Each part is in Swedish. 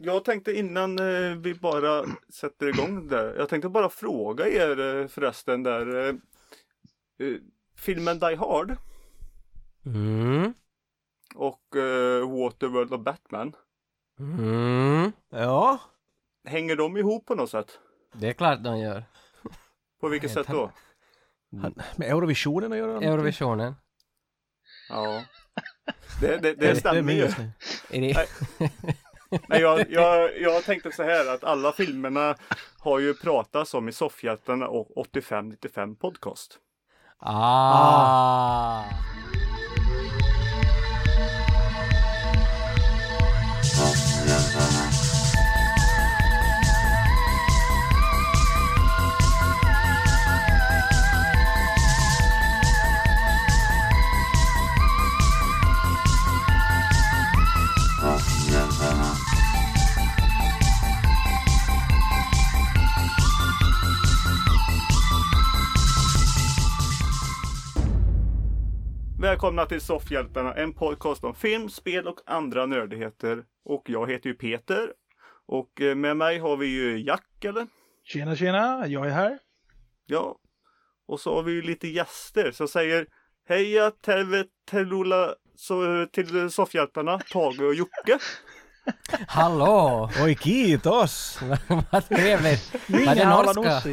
jag tänkte innan vi bara sätter igång där. Jag tänkte bara fråga er förresten där. Filmen Die Hard. Och Waterworld och Batman. Ja. Hänger de ihop på något sätt? Det är klart de gör. På vilket sätt då? Med Eurovisionen att göra? Eurovisionen. Ja. Det stämmer ju. Nej, jag tänkte så här att alla filmerna har ju pratats om i Soffhjältarna och 85-95 podcast. Välkomna till Soffhjältarna, en podcast om film, spel och andra nördigheter. Och jag heter ju Peter. Och med mig har vi ju Jack, eller? Tjena, jag är här. Ja, och så har vi ju lite gäster som säger heja Terlola till Soffhjältarna, Tage och Jocke. Hallå! Oj, kiitos! Vad trevligt! Var det norska?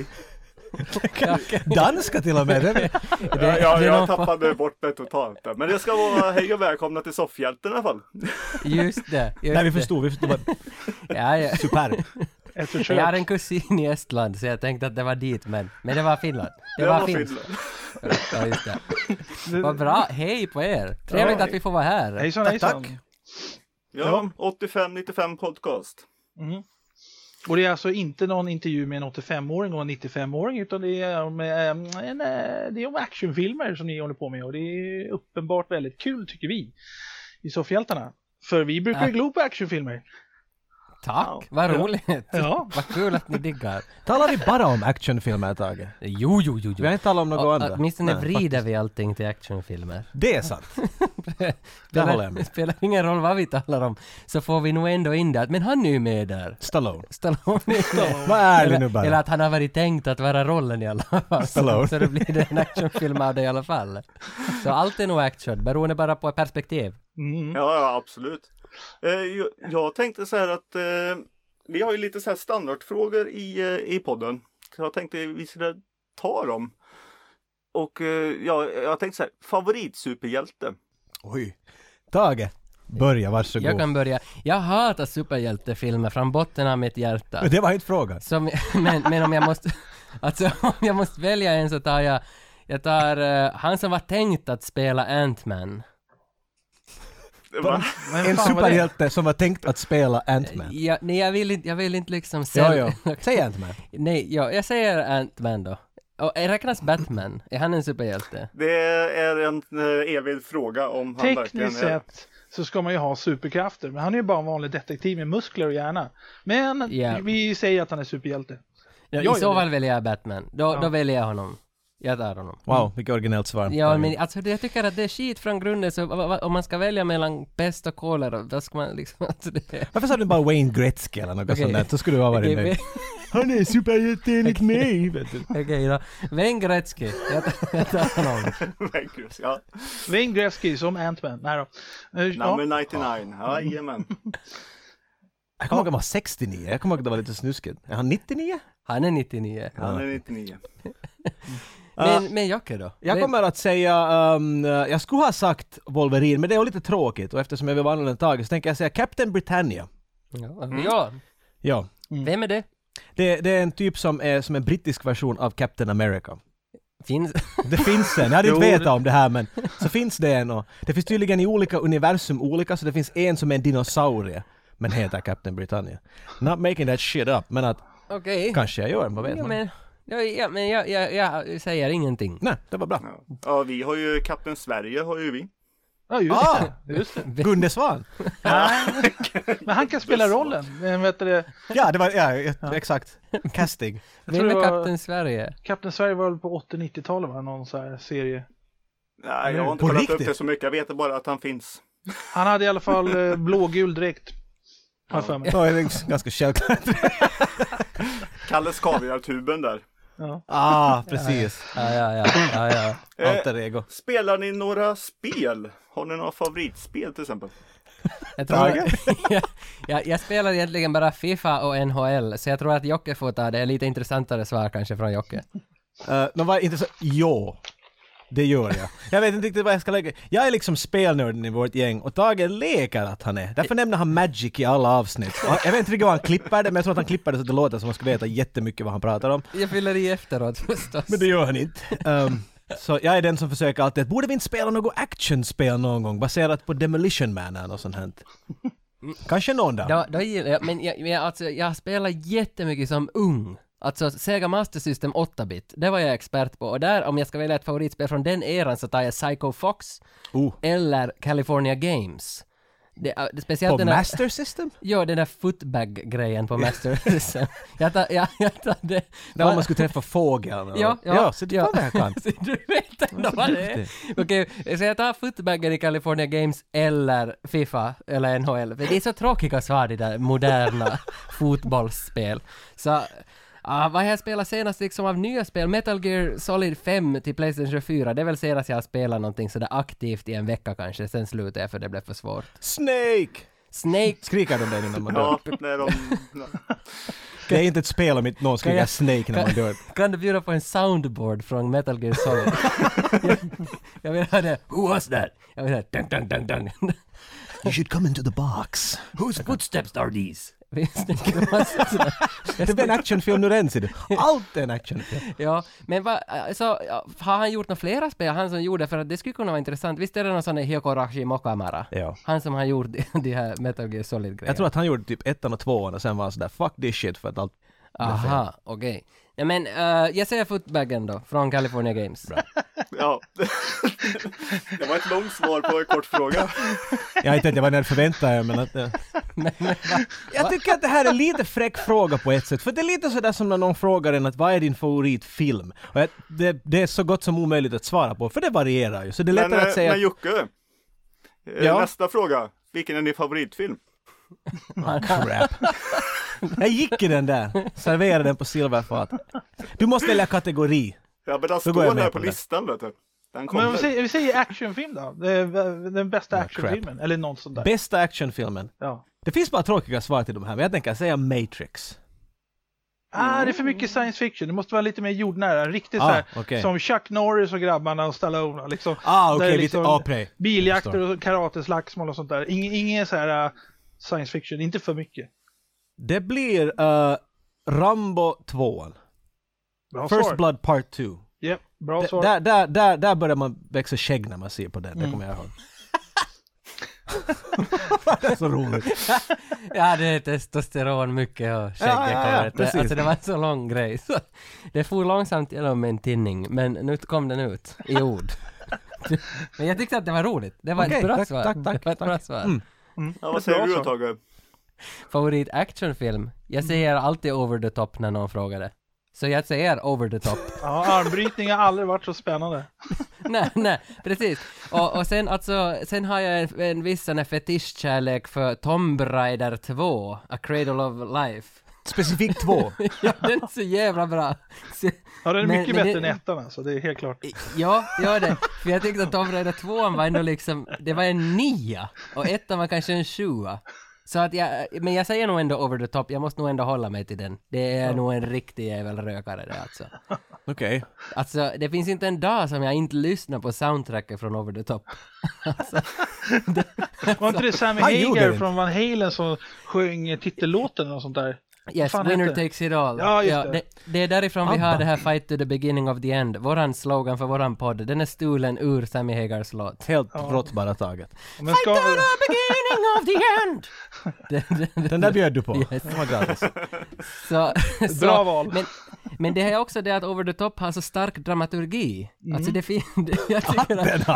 Danska till och med. Jag tappade bort det totalt där. Men det ska vara hej och välkomna till Soffhjälten i alla fall. Just det. Nej, vi förstod. Ja. Super. Jag har en kusin i Estland så jag tänkte att det var dit, men det var Finland. Det var Finland. Ja, just det. Vad bra, hej på er. Trevligt att vi får vara här. Hejsan. Tack. Ja, 85-95 podcast. Och det är alltså inte någon intervju med en 85-åring och en 95-åring, utan det är om actionfilmer som ni håller på med, och det är uppenbart väldigt kul tycker vi i Soffhjältarna. För vi brukar ju glo på actionfilmer. Tack, vad roligt. Ja. Vad kul att ni diggar. Talar vi bara om actionfilmer, Tage? Jo. Vi har inte talat om något annat. Åtminstone vrider vi allting till actionfilmer. Det är sant. Det håller jag med. Det spelar ingen roll vad vi talar om, så får vi nog ändå in det. Men han är ju med där. Stallone. Vad ärlig nu bara. Eller att han har varit tänkt att vara rollen i alla fall. Stallone. Så det blir en actionfilm av det i alla fall. Så allt är nog action, beroende bara på perspektiv. Ja, absolut. Jag tänkte så här att vi har ju lite så här standardfrågor i podden. Så jag tänkte vi skulle ta dem. Och jag tänkte så här, favoritsuperhjälte. Oj. Tage, börja, varsågod. Jag kan börja. Jag hatar superhjältefilmer från botten av mitt hjärta. Det var inte frågan. Men om jag måste... Alltså om jag måste välja en så tar jag tar han som var tänkt att spela Ant-Man. En superhjälte som var tänkt att spela Ant-Man. Nej, jag vill inte liksom säga... Säg Ant-Man. Nej, jag säger Ant-Man då. Och räknas Batman? Är han en superhjälte? Det är en evig fråga om han verkligen är... Tekniskt sett så ska man ju ha superkrafter, men han är ju bara en vanlig detektiv med muskler och hjärna. Men vi säger att han är superhjälte. I så fall väljer jag Batman. Då väljer jag honom. Jag tar honom. Wow, vilket originellt svar. Ja, men alltså jag tycker att det är skit från grunden, så om man ska välja mellan pest och kolera, då ska man liksom... Alltså Varför sa du bara Wayne Gretzky eller något sånt där? Så skulle du ha varit nöjd. Han är superhjälte enligt mig, vet du. Okej då. Wayne Gretzky. Jag tar honom. Wayne Gretzky som Ant-Man. Nej då. Number 99. Ja, jajamän. Jag kommer ihåg att han var 69. Jag kommer ihåg att det var lite snuskigt. Är han 99? Han är 99. Han är 99. Men Jocke då? Jag kommer att säga, jag skulle ha sagt Wolverine, men det är lite tråkigt, och eftersom jag vill vara annorlunda Tage så tänker jag säga Captain Britannia. Ja. Vem är det? Det är en typ som är brittisk version av Captain America. Det finns en, jag hade inte vetat om det här, men så finns det en, och det finns tydligen i olika universum olika, så det finns en som är en dinosaurie men heter Captain Britannia. Not making that shit up, men att kanske jag gör, vad vet man? Men jag säger ingenting. Nej, det var bra. Ja, vi har ju Kapten Sverige, har ju vi. Ja, just det. Gunde Svan. Men han kan spela rollen. Vet du, ja, det var exakt. Casting. Vem är Kapten Sverige? Kapten Sverige var väl på 80-90-talet, var någon så här serie. Nej, jag har inte kollat upp det så mycket. Jag vet bara att han finns. Han hade i alla fall blågul dräkt. Har för mig. Ja, det är ganska självklart. Kalles kaviartuben där. Ja. Precis. Ja. Alter ego. Spelar ni några spel? Har ni några favoritspel till exempel? Jag tror jag spelar egentligen bara FIFA och NHL, så jag tror att Jocke får ta det. Är lite intressantare svar kanske från Jocke. Vad intressant? Jo, det gör jag. Jag vet inte riktigt vad jag ska lägga. Jag är liksom spelnörden i vårt gäng och Tage leker att han är. Därför nämner han Magic i alla avsnitt. Jag vet inte riktigt vad han klipper det, men jag tror att han klipper det så att det låter som man ska veta jättemycket vad han pratar om. Jag fyller i efteråt förstås. Men det gör han inte. Så jag är den som försöker alltid, borde vi inte spela något actionspel någon gång baserat på Demolition Man eller något sånt här? Kanske någon där. Då gillar jag, men jag spelar jättemycket som ung. Alltså Sega Master System 8-bit, det var jag expert på. Och där, om jag ska välja ett favoritspel från den eran så tar jag Psycho Fox eller California Games. Det speciellt på Master System? Ja, den där footbag-grejen på Master System. Jag tar det. Där man skulle träffa fågeln. Ja, så det var det här kan. Du vet ändå vad det är. Okej, så jag tar footbagen i California Games eller FIFA eller NHL. För det är så tråkiga svar, det där moderna fotbollsspel. Så... vad jag spelat senast liksom av nya spel, Metal Gear Solid 5 till PlayStation 4, det är väl senast jag har spelat någonting sådär aktivt i en vecka kanske, sen slutade jag för det blev för svårt. Snake! Skriker de där innan man dör? Ja, när de... Det är inte ett spel om inte någon skriker Snake när man dör. Kan du bjuda på en soundboard från Metal Gear Solid? jag vill ha det, who was that? Jag vill ha det, dang, dang, dang, dang. You should come into the box. Whose footsteps are these? Det blir en actionfilm nu redan, ser du. Allt är en actionfilm. Ja, men har han gjort några flera spel? Han som gjorde, för att det skulle kunna vara intressant. Visst är det någon sån här Hyokorashi Mokamara? Ja. Han som har gjort de här Metal Gear Solid-grejerna. Jag tror att han gjorde typ 1 och 2 och sen var han sådär, fuck this shit för att allt... Aha, okej. Ja, men jag säger footbagen då, från California Games. Bra. Ja, det var ett långt svar på en kort fråga. Jag var när förväntade jag, men att... Jag tycker att det här är lite fräck fråga på ett sätt. För det är lite sådär som när någon frågar en att vad är din favoritfilm? Och det är så gott som omöjligt att svara på, för det varierar ju. Så det är lättare att säga... Men Jocke, nästa fråga. Vilken är din favoritfilm? Crap. Jag gick i den där. Serverade den på silverfat. Du måste välja kategori. Ja, men den står där på listan, vet du. Men vi säger actionfilm då. Den bästa actionfilmen. Eller någon sån där. Bästa actionfilmen? Ja. Det finns bara tråkiga svar till de här. Men jag tänker säga Matrix. Det är för mycket science fiction. Det måste vara lite mer jordnära. Riktigt så här, okay. Som Chuck Norris och grabbarna och Stallone. Liksom, okej. Liksom, biljakter och karateslagsmål och sånt där. Ingen så här science fiction. Inte för mycket. Det blir Rambo 2. First Blood Part 2. Ja, bra svar. Där börjar man växa skägg när man ser på den. Det kommer jag ihåg. Det är så roligt. Ja, det är testosteron mycket och skägg. Ja, alltså det var en så lång grej. Så det får långsamt genom en tinning, men nu kom den ut i ord. Men jag tyckte att det var roligt. Det var ett bra svar. Tack. Ja, vad säger du då, Tage? Favorit actionfilm? Jag säger alltid over the top när någon frågar det. Så jag säger over the top. Ja, armbrytning har aldrig varit så spännande. nej, precis. Och sen har jag en viss fetischkärlek för Tomb Raider 2, A Cradle of Life. Specifikt 2. Ja, den är så jävla bra. Ja, den är mycket bättre än ettan, så det är helt klart. Ja, det. För jag tyckte att Tomb Raider 2 var ändå liksom, det var en 9 och ettan var kanske en 7. Så att men jag säger nog ändå over the top. Jag måste nog ändå hålla mig till den. Det är nog en riktig jävel rökare det alltså. Okej. Alltså, det finns inte en dag som jag inte lyssnar på soundtracket från Over the Top. Alltså, var inte det Sammy Hagar från Van Halen som sjöng titellåten och sånt där? Yes, Winner Takes It All. Ja, just det. Det är därifrån vi har det här Fight to the Beginning of the End. Våran slogan för våran podd. Den är stulen ur Sammy Hagars låt. Helt rått bara taget. Fight to the beginning of the end! Den där bjöd du på. Yes. Den var gratis. Så, bra val. Men det är också det att Over the Top har så stark dramaturgi. Alltså det finns... Jag tycker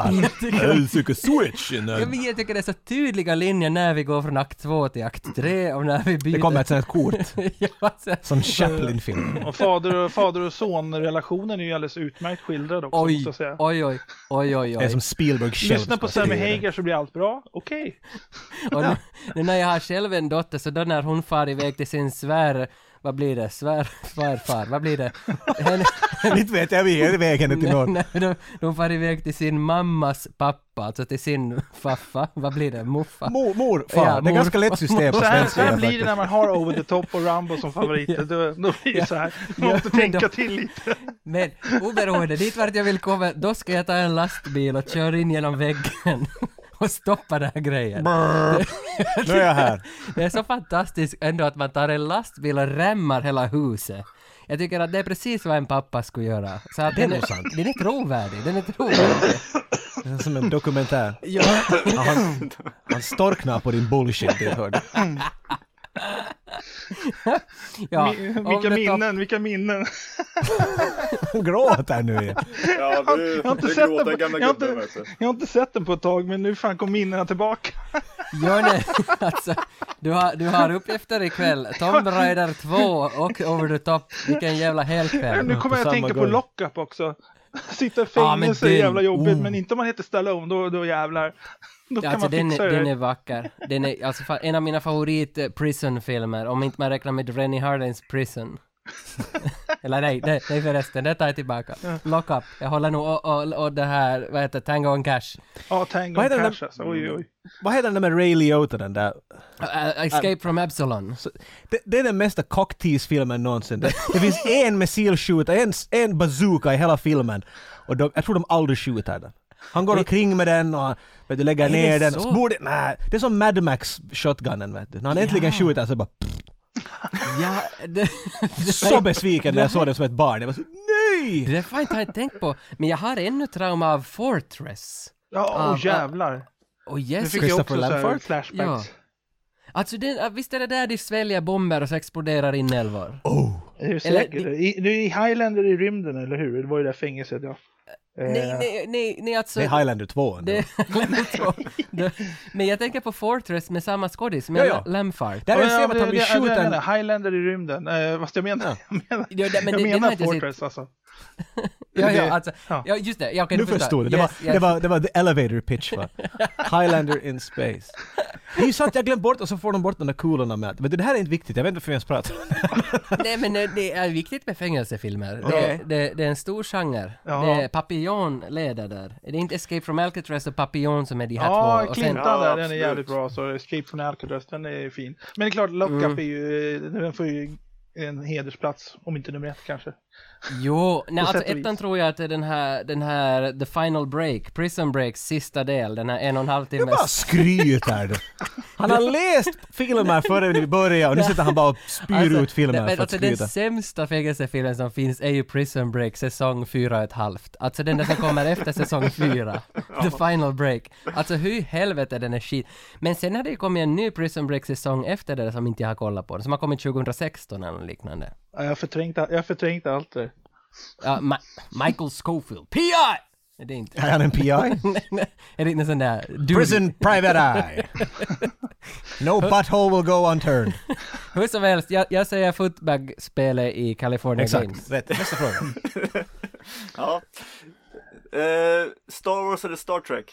jag tycker det är så tydliga linjer när vi går från akt 2 till akt 3 och när vi byter... Det kommer ett sånt kort. Ja, som Chaplin-film. Och fader och son-relationen är ju alldeles utmärkt skildrad också, måste jag säga. Oj. Det är som Spielberg själv. Lyssna på Sammy Hagar så blir allt bra. Okej. Och nu när jag har själv en dotter så då när hon far iväg till sin vad blir det? Svärfar, vad blir det? Inte vet jag, vi är vägen till någon. De far iväg till sin mammas pappa, alltså till sin faffa. Vad blir det? Muffa? Morfar. Ja, det är ganska lätt system på svenska. Så här blir det när man har Over the Top och Rambo som favoriter. Då blir det så här. Man måste tänka till lite. Men oberoende, dit vart jag vill komma, då ska jag ta en lastbil och köra in genom väggen. Och stoppa den här grejen. Nu är jag här. Det är så fantastiskt ändå att man tar en lastbil och rämmar hela huset. Jag tycker att det är precis vad en pappa skulle göra. Så att den är trovärdig. Det är som en dokumentär. Ja. Han storknar på din bullshit, det hörde. Ja, vilka minnen. Gråter nu igen. Ja, jag har inte sett den på ett tag, men nu fan kom minnena tillbaka. Alltså, du har uppgifter ikväll. Tomb Raider 2 och Over the Top. Vilken jävla helkväll. Nu kommer jag att tänka på Lockup också. Sitta i fängelse är jävla jobbigt, men inte om man heter Stallone, då jävlar. Då kan alltså man fixa den är vacker. Den är alltså en av mina favorit prison-filmer, om inte man räknar med Rennie Harlins Prison. Eller nej förresten, det tar jag tillbaka. Lock Up, jag håller nog och det här, vad heter Tango and Cash. Ja, Tango and Cash, alltså. Oj. Vad heter den med Ray Liotta, den där? Escape from Absalon. Det är den mesta cocktease-filmen någonsin. Det finns en missilskjuta, en bazooka i hela filmen. Och jag tror de aldrig skjuter den. Han går omkring med den och lägger ner den. Det är som Mad Max shotgunnen, vet du. När han äntligen skjuter så bara... Ja, så besviken när jag såg det som ett barn. Jag var så, nej! Det har jag inte tänkt på. Men jag har ännu trauma av Fortress. Ja, jävlar. Och yes. Det fick jag också så flashbacks. Ja. Alltså, visst är det där de sväljer bomber och så exploderar inälvor? Nu är Highlander i rymden, eller hur? Det var ju det fängelset, ja. Nej, alltså... Det är Highlander 2. Men jag tänker på Fortress med samma skådis, med Lamfart. Där ser man att han blir skjuten. Highlander i rymden. Fast jag menar Fortress, alltså. Ja, just det. Nu förstod du. Det var the elevator pitch, va? Highlander in space. Det är ju sant, jag glömt bort och så får de bort de där kulorna med. Men det här är inte viktigt, jag vet inte varför jag ens pratar. Nej, men det är viktigt med fängelsefilmer. Det är en stor genre. Ja. Det är Papillon leder där. Det är inte Escape from Alcatraz och Papillon som är de här två. Ja, Clinton där, den är jävligt bra. Så Escape from Alcatraz, den är fin. Men det är klart, Lockup är ju, den får ju en hedersplats, om inte nummer 1 kanske. Jo, nej, alltså ettan tror jag att den här The Final Break, Prison Breaks sista del, den här 1,5 timmes... Det bara skryter du. Han har läst filmer före vi började och nu sitter han bara och spyr ut filmer för att skryta. Den sämsta fängelsefilmen som finns är ju Prison Break säsong 4,5. Alltså den där som kommer efter säsong 4. The Final Break. Alltså hur helvete den är skit. Men sen har det ju kommit en ny Prison Break säsong efter det som inte jag har kollat på. Som har kommit 2016 eller något liknande. Ja, jag har förträngt allt det. Michael Scofield. P.I. Är det inte? Är han en P.I.? Är det inte sån där... Prison Private Eye. No butthole will go unturned. Hur som helst, jag säger footbag-spelet i California Games. Exakt, rätt. Nästa fråga. Ja. Star Wars eller Star Trek?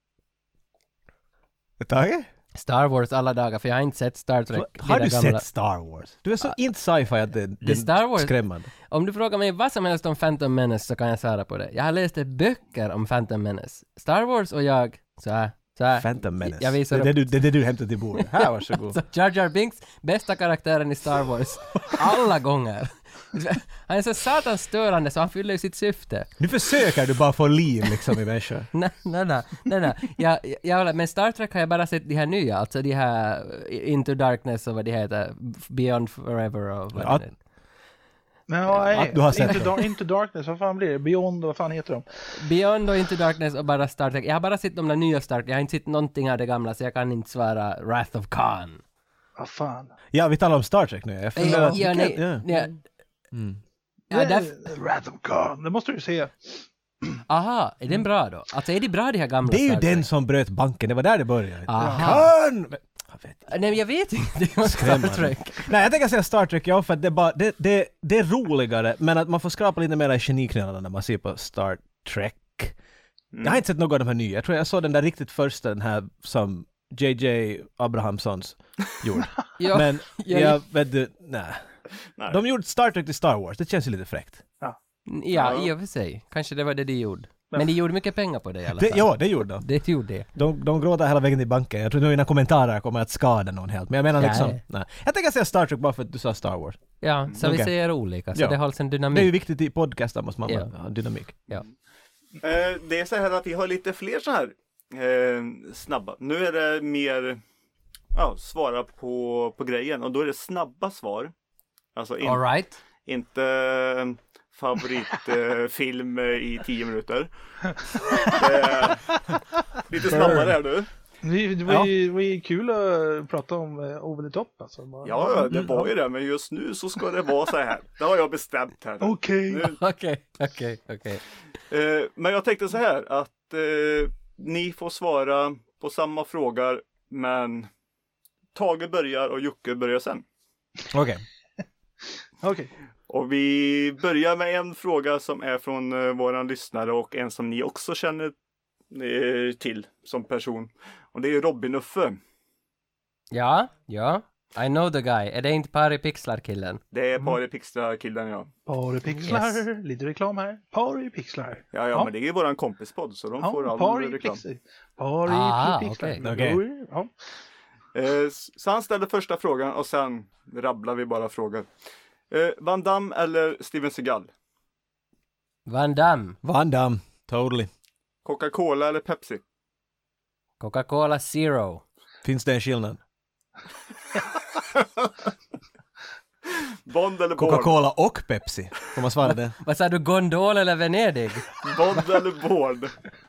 Tage? Star Wars alla dagar, för jag har inte sett Star Trek. Har du sett Star Wars? Du är så inte sci-fi att det är skrämmande. Om du frågar mig vad som helst om Phantom Menace så kan jag svara på det. Jag har läst böcker om Phantom Menace. Star Wars och jag, så här. Phantom Menace. Jag visar det är det du hämtar till bordet. Här, varsågod. Jar Jar Binks, bästa karaktären i Star Wars. Alla gånger. Han är så satans störande så han fyller ju sitt syfte. Nu försöker du bara få liv liksom i människor. Nej. Men Star Trek har jag bara sett de här nya, alltså de här Into Darkness och vad de heter, Beyond Forever och vad det är. Nej, du har sett Into Darkness, vad fan blir det? Beyond, vad fan heter de? Beyond och Into Darkness och bara Star Trek. Jag har bara sett de där nya Star Trek, jag har inte sett någonting av det gamla så jag kan inte svara Wrath of Khan. Vad fan? Ja, vi talar om Star Trek nu. Wrath of Khan, det måste du se. Aha, är den bra då? Alltså är det bra de här gamla Det är ju Star Trek? den som bröt banken, det var där det började. Aha. Khan! Nej, men jag vet inte om Star Trek. Nej, jag tänker säga Star Trek, ja, för att det är roligare, men att man får skrapa lite mer i geniknölarna när man ser på Star Trek. Jag har inte sett något av de här nya. Jag tror jag såg den där riktigt första, den här som J.J. Abrahamssons gjorde. Ja, Men jag- jag vet du, nej. De gjorde Star Trek till Star Wars, det känns ju lite fräckt. Ja, i och för sig. Kanske det var det de gjorde. Men de gjorde mycket pengar på det i alla fall. Ja, det gjorde de. Det gjorde det. De gråter hela vägen till banken. Jag tror nog mina kommentarer kommer att skada någon helt. Men jag menar liksom, Nej. nej. Jag tänker säga Star Trek bara för att du sa Star Wars. Ja, så vi Okej. säger olika. Så Ja. det hålls en Det är ju dynamik. viktigt i podcastar, måste man Ja. ha dynamik. Ja. Det är så här att vi har lite fler så här snabba. Nu är det mer svara på grejen. Och då är det snabba svar. Alltså All right. inte favoritfilm i 10 minuter. Det är lite snabbare här nu. Det var ju kul att prata om over the top alltså. Ja, det var ju det. Men just nu så ska det vara så här. Det har jag bestämt här. Okej. Nu. Okej. Men jag tänkte så här att ni får svara på samma frågor, men Tage börjar och Jocke börjar sen. Okej. Och vi börjar med en fråga som är från våran lyssnare och en som ni också känner till som person. Och det är Robin Uffe. Ja. I know the guy. Är det inte Pari Pixlar-killen? Det är Paripixlar-killen, ja. Paripixlar, Yes. lite reklam här. Paripixlar. Ja, men det är ju våran kompispodd så de får all reklam. Paripixlar. okej. Ja. Så han ställer första frågan och sen rabblar vi bara frågor. Van Damme eller Steven Seagal? Van Damme. Van Damme, totally. Coca-Cola eller Pepsi? Coca-Cola Zero. Finns det en skillnad? Bond eller Bourne? Coca-Cola och Pepsi. Får man svara det? Vad sa du, Gondol eller Venedig? Bond eller Bourne?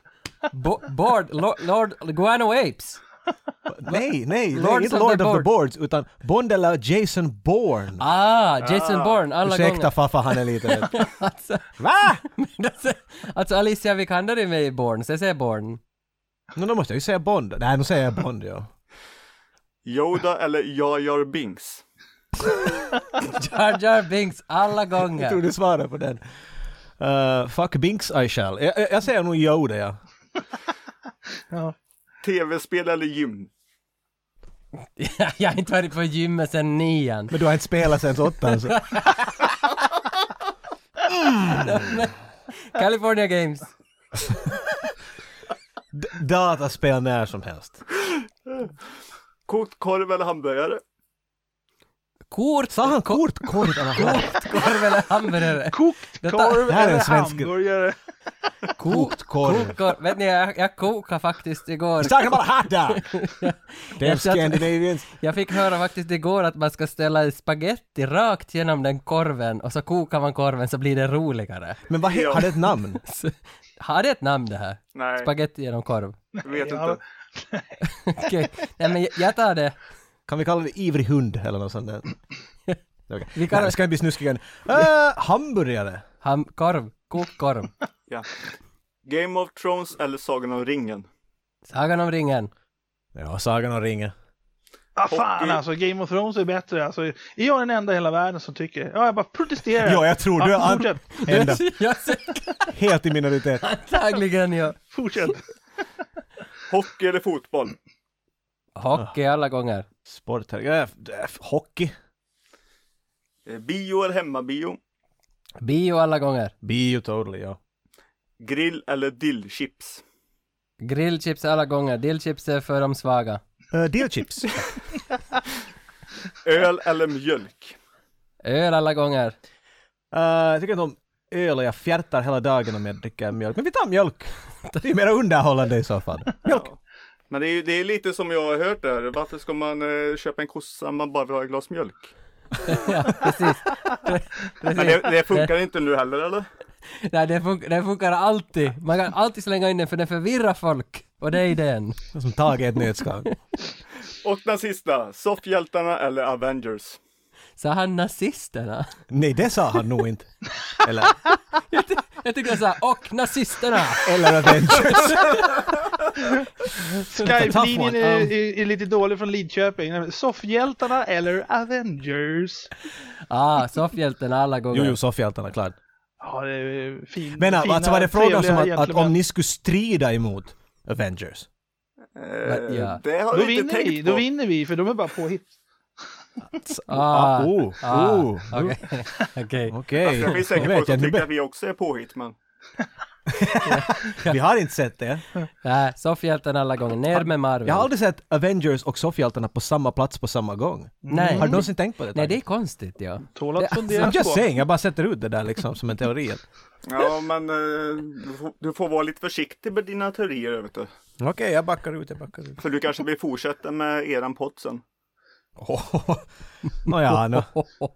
Lord Guano Apes. Nej, Lords inte of Lord the of the Board. Boards, utan Bond eller Jason Bourne. Jason Bourne alla Ursäkta gånger. faffa, han är lite... Alltså, Va? alltså Alicia Vikander är med i Bourne, så jag säger Bourne. Då måste jag ju säga Bond. Nej, nu säger jag Bond, ja. Yoda eller Jar Jar Binks? Jar Jar Binks alla Jag tror gånger. du svarar på den. Fuck Binks I shall. Jag säger nog Yoda, ja. Ja. TV-spel eller gym? Jag har inte varit på gymmet sen 9:an. Men du har inte spelat sen 8. Så. California Games. Dataspel när som helst. Kokt korv eller hamburgare? Sa han korv eller Korv eller hamburgare. Kokt korv det här är en eller svensk- hamburgare. Kokt korv. Kokkorv. Vet ni, jag kokade faktiskt igår. Starka bara hot dog! Damn Jag satt- Scandinavians. Jag fick höra faktiskt igår att man ska ställa spaghetti rakt genom den korven och så kokar man korven så blir det roligare. Men vad har det ett namn? Så, har det ett namn det här? Nej, Spaghetti genom korv? jag vet Ja. inte. Okej. Nej men jag tar det. Kan vi kalla det ivrig hund eller något sånt där? Okay. Vi kallar- Nej, ska jag bli snuskig igen? Hamburgare. Korv. Kokkorv. Ja. Game of Thrones eller Sagan om ringen? Sagan om ringen. Ja, Sagan om ringen. Fan Hockey. alltså, Game of Thrones är bättre. Alltså, är jag den enda i hela världen som tycker? Ja, jag bara protesterar. Ja, jag tror du är fortsätt. enda. Jag ser Helt i minoritet. antagligen ja. Fortsätt. Hockey eller fotboll? Hockey alla gånger. Sport här. Hockey. Bio eller hemmabio? Bio alla gånger. Bio totally, ja. Grill eller dillchips? Grillchips alla gånger. Dillchips är för de svaga. Dillchips. Öl eller mjölk? Öl alla gånger. Jag tycker inte om öl och jag fjärtar hela dagen om jag dricker mjölk. Men vi tar mjölk. Det är mer underhållande i så fall. Mjölk. Ja. Men det är lite som jag har hört där. Varför ska man köpa en kossa om man bara vill ha ett glas mjölk? Ja, precis. Men det funkar inte nu heller, eller? Nej, det funkar alltid. Man kan alltid slänga in den för den förvirrar folk. Och det är idén. Som Tage ett nötskal. Och den sista, soffhjältarna eller Avengers? Sa han nazisterna? Nej, det sa han nog inte. Eller, Jag tycker han sa och nazisterna. eller Avengers. Skype-linjen är lite dålig från Lidköping. Soffhjältarna eller Avengers? Soffhjältarna alla gånger. Jo, Soffhjältarna, klart. Ja, det är fina. Men alltså var det frågan som att om ni... ni skulle strida emot Avengers? Ja. Det har vi inte tänkt på. Då vinner vi, för de är bara påhitt. Okej. Jag är säker på att tycker att vi också är påhitt, men... Vi har inte sett det. Soffhjältarna alla gånger. Ner med Marvel. Jag har aldrig sett Avengers och Soffhjältarna på samma plats på samma gång. Nej. Har du någonsin tänkt på det? Nej, det är konstigt, ja. Tål att fundera I'm just på. saying, jag bara sätter ut det där liksom som en teori. Ja, men du får vara lite försiktig med dina teorier, vet du. Okej, jag backar ut. För du kanske vill fortsätta med eran podd sen. Nåja, nu.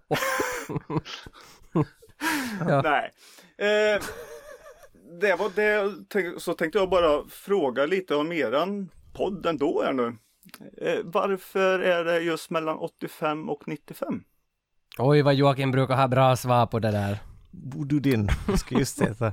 Ja. Nej. Det var det. Så tänkte jag bara fråga lite om eran podd ändå här nu. Varför är det just mellan 85 och 95? Oj, vad Joakim brukar ha bra svar på det där. Du din, ska just säga.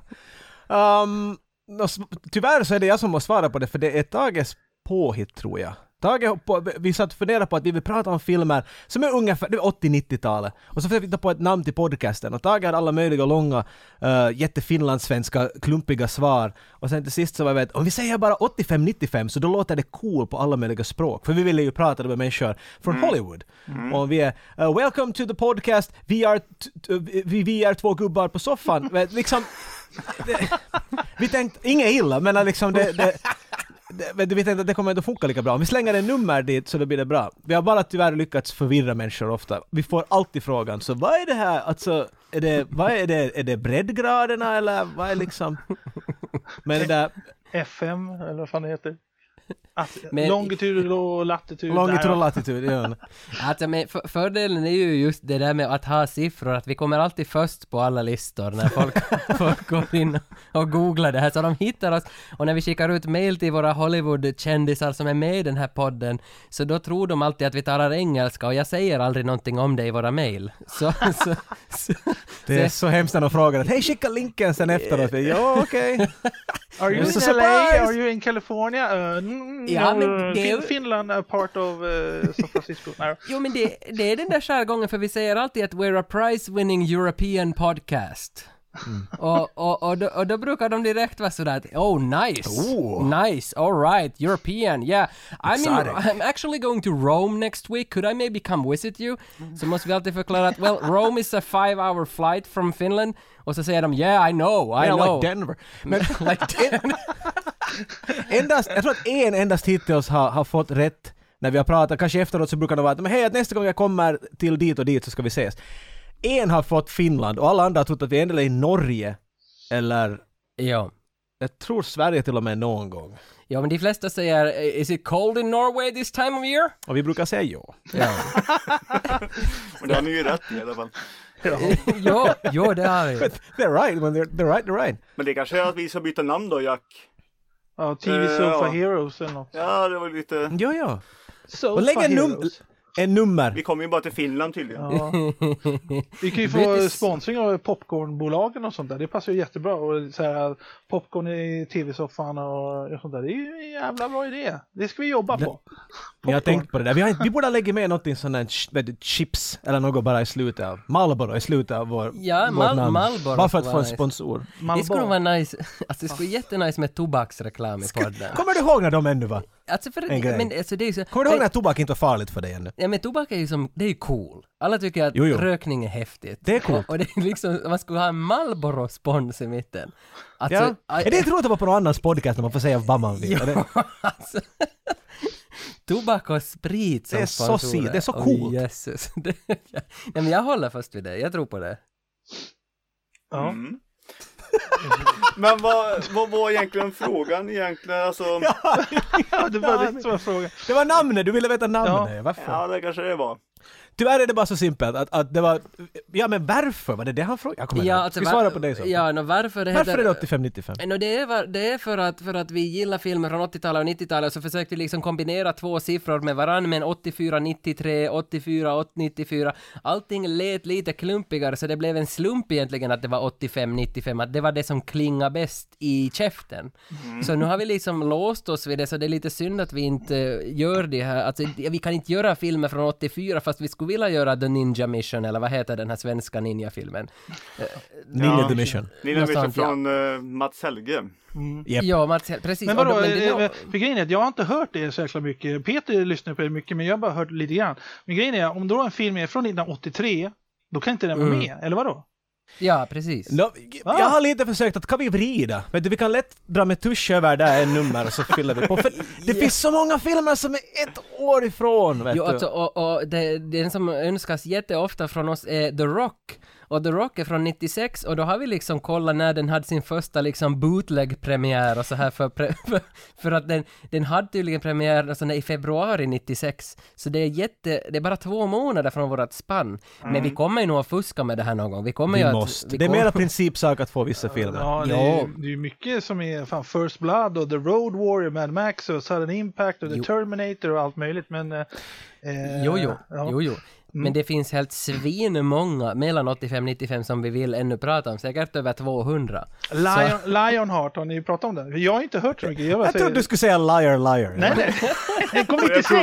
Tyvärr så är det jag som måste svara på det, för det är Tages påhitt, tror jag. Vi satt och funderade på att vi vill prata om filmer som är ungefär 80-90-talet. Och så försökte vi ta på ett namn till podcasten. Och Tage hade alla möjliga långa, jättefinlandssvenska, klumpiga svar. Och sen till sist så var vi om vi säger bara 85-95 så då låter det cool på alla möjliga språk. För vi ville ju prata med människor från Hollywood. Och vi är welcome to the podcast. Vi är två gubbar på soffan. Liksom, vi tänkte, inget illa, men liksom du vet inte att det kommer inte att funka lika bra. Om vi slänger en nummer dit så då blir det bra. Vi har bara tyvärr lyckats förvirra människor ofta. Vi får alltid frågan, så vad är det här? Alltså, är det breddgraderna eller vad är liksom? Men det där... FM, eller vad fan det heter. Men, longitud och latitud. Longitud och latitud, ja. Alltså, men fördelen är ju just det där med att ha siffror, att vi kommer alltid först på alla listor när folk går in och googlar det här, så de hittar oss. Och när vi skickar ut mail till våra Hollywood-kändisar som är med i den här podden, så då tror de alltid att vi talar engelska, och jag säger aldrig någonting om det i våra mail. Så det är så hemskt när de frågar att hej, skicka länken sen efteråt. Ja, okej. Are you in So LA? surprise! Are you in California? Ja, men det Finland är part of San Francisco. Jo, men det är den där skärgången, för vi säger alltid att we're a prize-winning European podcast. Och då brukar de direkt vara sådär, nice, all right, European, yeah. I'm actually going to Rome next week. Could I maybe come visit you? Så måste vi alltid förklara att, well, Rome is a 5-hour flight from Finland. Och så säger de, yeah, I know. Like Denver. Men jag tror att endast hittills har fått rätt när vi har pratat. Kanske efteråt så brukar det vara att, men hej, att nästa gång jag kommer till dit och dit så ska vi ses. En har fått Finland och alla andra har trott att vi ändå är i Norge. Eller... Ja. Jag tror Sverige till och med någon gång. Ja, men de flesta säger, is it cold in Norway this time of year? Och vi brukar säga ja. Och det har ni ju rätt i alla fall. Jo, det har vi. They're right, when they're right. Men det kanske är att vi ska byta namn då, Jack. Ja, TV Sofa Heroes eller något. Ja, det var lite... Ja. Sofa och lägg Heroes. En nummer. Vi kommer ju bara till Finland tydligen. Ja. Vi kan ju få sponsring av popcornbolagen och sånt där. Det passar ju jättebra. Och så här, popcorn i tv-soffan och sånt där. Det är ju en jävla bra idé. Det ska vi jobba på. Jag har tänkt på det där. Vi borde lägga med något sånt där chips eller något bara i slutet av Marlboro i slutet av vår namn. Marlboro. Bara för att få en sponsor. Det skulle vara nice. Alltså det skulle vara jättenice med tobaksreklam i podden. Kommer du ihåg när de ännu var? Alltså för det är så, kommer du ihåg när tobak inte var farligt för dig ännu? Ja, men tobak är ju som, det är ju cool. Alla tycker att rökning är häftigt. Det är coolt. Och det är liksom, man skulle ha en Marlboro-spons i mitten. Alltså, är det inte roligt att vara på någon annans podcast när man får säga vad man vill? Alltså, tobak och sprit som det är så coolt. Jesus. Ja, men jag håller fast vid det, jag tror på det. Ja. Men vad var egentligen frågan egentligen? Alltså... Ja, det var det som var frågan. Det var namnet, du ville veta namnet. Ja, det kanske det var. Tyvärr är det bara så simpelt att det var... Ja, men varför? Var det han frågade? Jag kommer inte. Ska vi svara på det så? Ja, varför det varför är det 85-95? Det är för att vi gillar filmer från 80-talet och 90-talet, så försökte vi liksom kombinera två siffror med varann, men 84-93, 84-94. Allting lät lite klumpigare, så det blev en slump egentligen att det var 85-95, att det var det som klingade bäst i käften. Så nu har vi liksom låst oss vid det, så det är lite synd att vi inte gör det här. Alltså, vi kan inte göra filmer från 84 fast vi skulle vilja göra The Ninja Mission, eller vad heter den här svenska ninja-filmen? Ninja The Mission. Ninja Mission från Mats Helge. Yep. Ja, Mats, precis. Men vadå, för grejen är att jag har inte hört det så jäkla mycket. Peter lyssnar på det mycket, men jag har bara hört lite grann. Men grejen är, om då en film är från 1983, då kan inte den vara med, eller vadå? Ja, precis. Jag har lite försökt att kan vi vrida? Vet du, vi kan lätt dra med tusch över där en nummer och så fyller vi på. För det finns så många filmer som är ett år ifrån, vet jo, du. alltså, och den som önskas jätteofta från oss är The Rock. Och The Rock är från 96, och då har vi liksom kollat när den hade sin första liksom bootleg-premiär och så här för att den hade tydligen premiär alltså, i februari 96. Så det är bara 2 månader från vårat spann. Men vi kommer ju nog att fuska med det här någon gång. Det är mera principsak att få vissa filmer. Ja, det är ju mycket som är fan First Blood och The Road Warrior, Mad Max och Sudden Impact och The Terminator och allt möjligt, men Jo. Men det finns helt många mellan 85-95 som vi vill ännu prata om. Säkert över 200. Lionheart, har ni pratat om den? Jag har inte hört så mycket. Jag trodde du skulle säga Liar. Nej. Den kom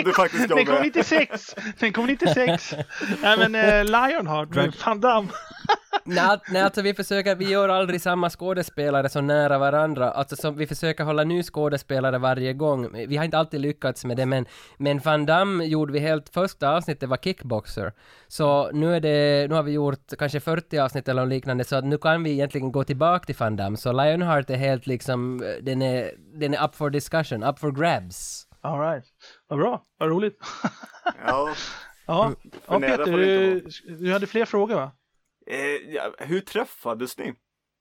96. Den kom 96. Nej, men Lionheart, Van Damme. Nej, alltså vi gör aldrig samma skådespelare så nära varandra. Alltså vi försöker hålla ny skådespelare varje gång. Vi har inte alltid lyckats med det, men Van Damme gjorde vi helt första avsnittet var Kickboxer. Så nu har vi gjort kanske 40 avsnitt eller liknande, så nu kan vi egentligen gå tillbaka till Van Damme. Så Lionheart är helt liksom, den är up for discussion, up for grabs. All right. Vad bra, vad roligt. Ja, Peter, du hade fler frågor, va? Hur träffades ni?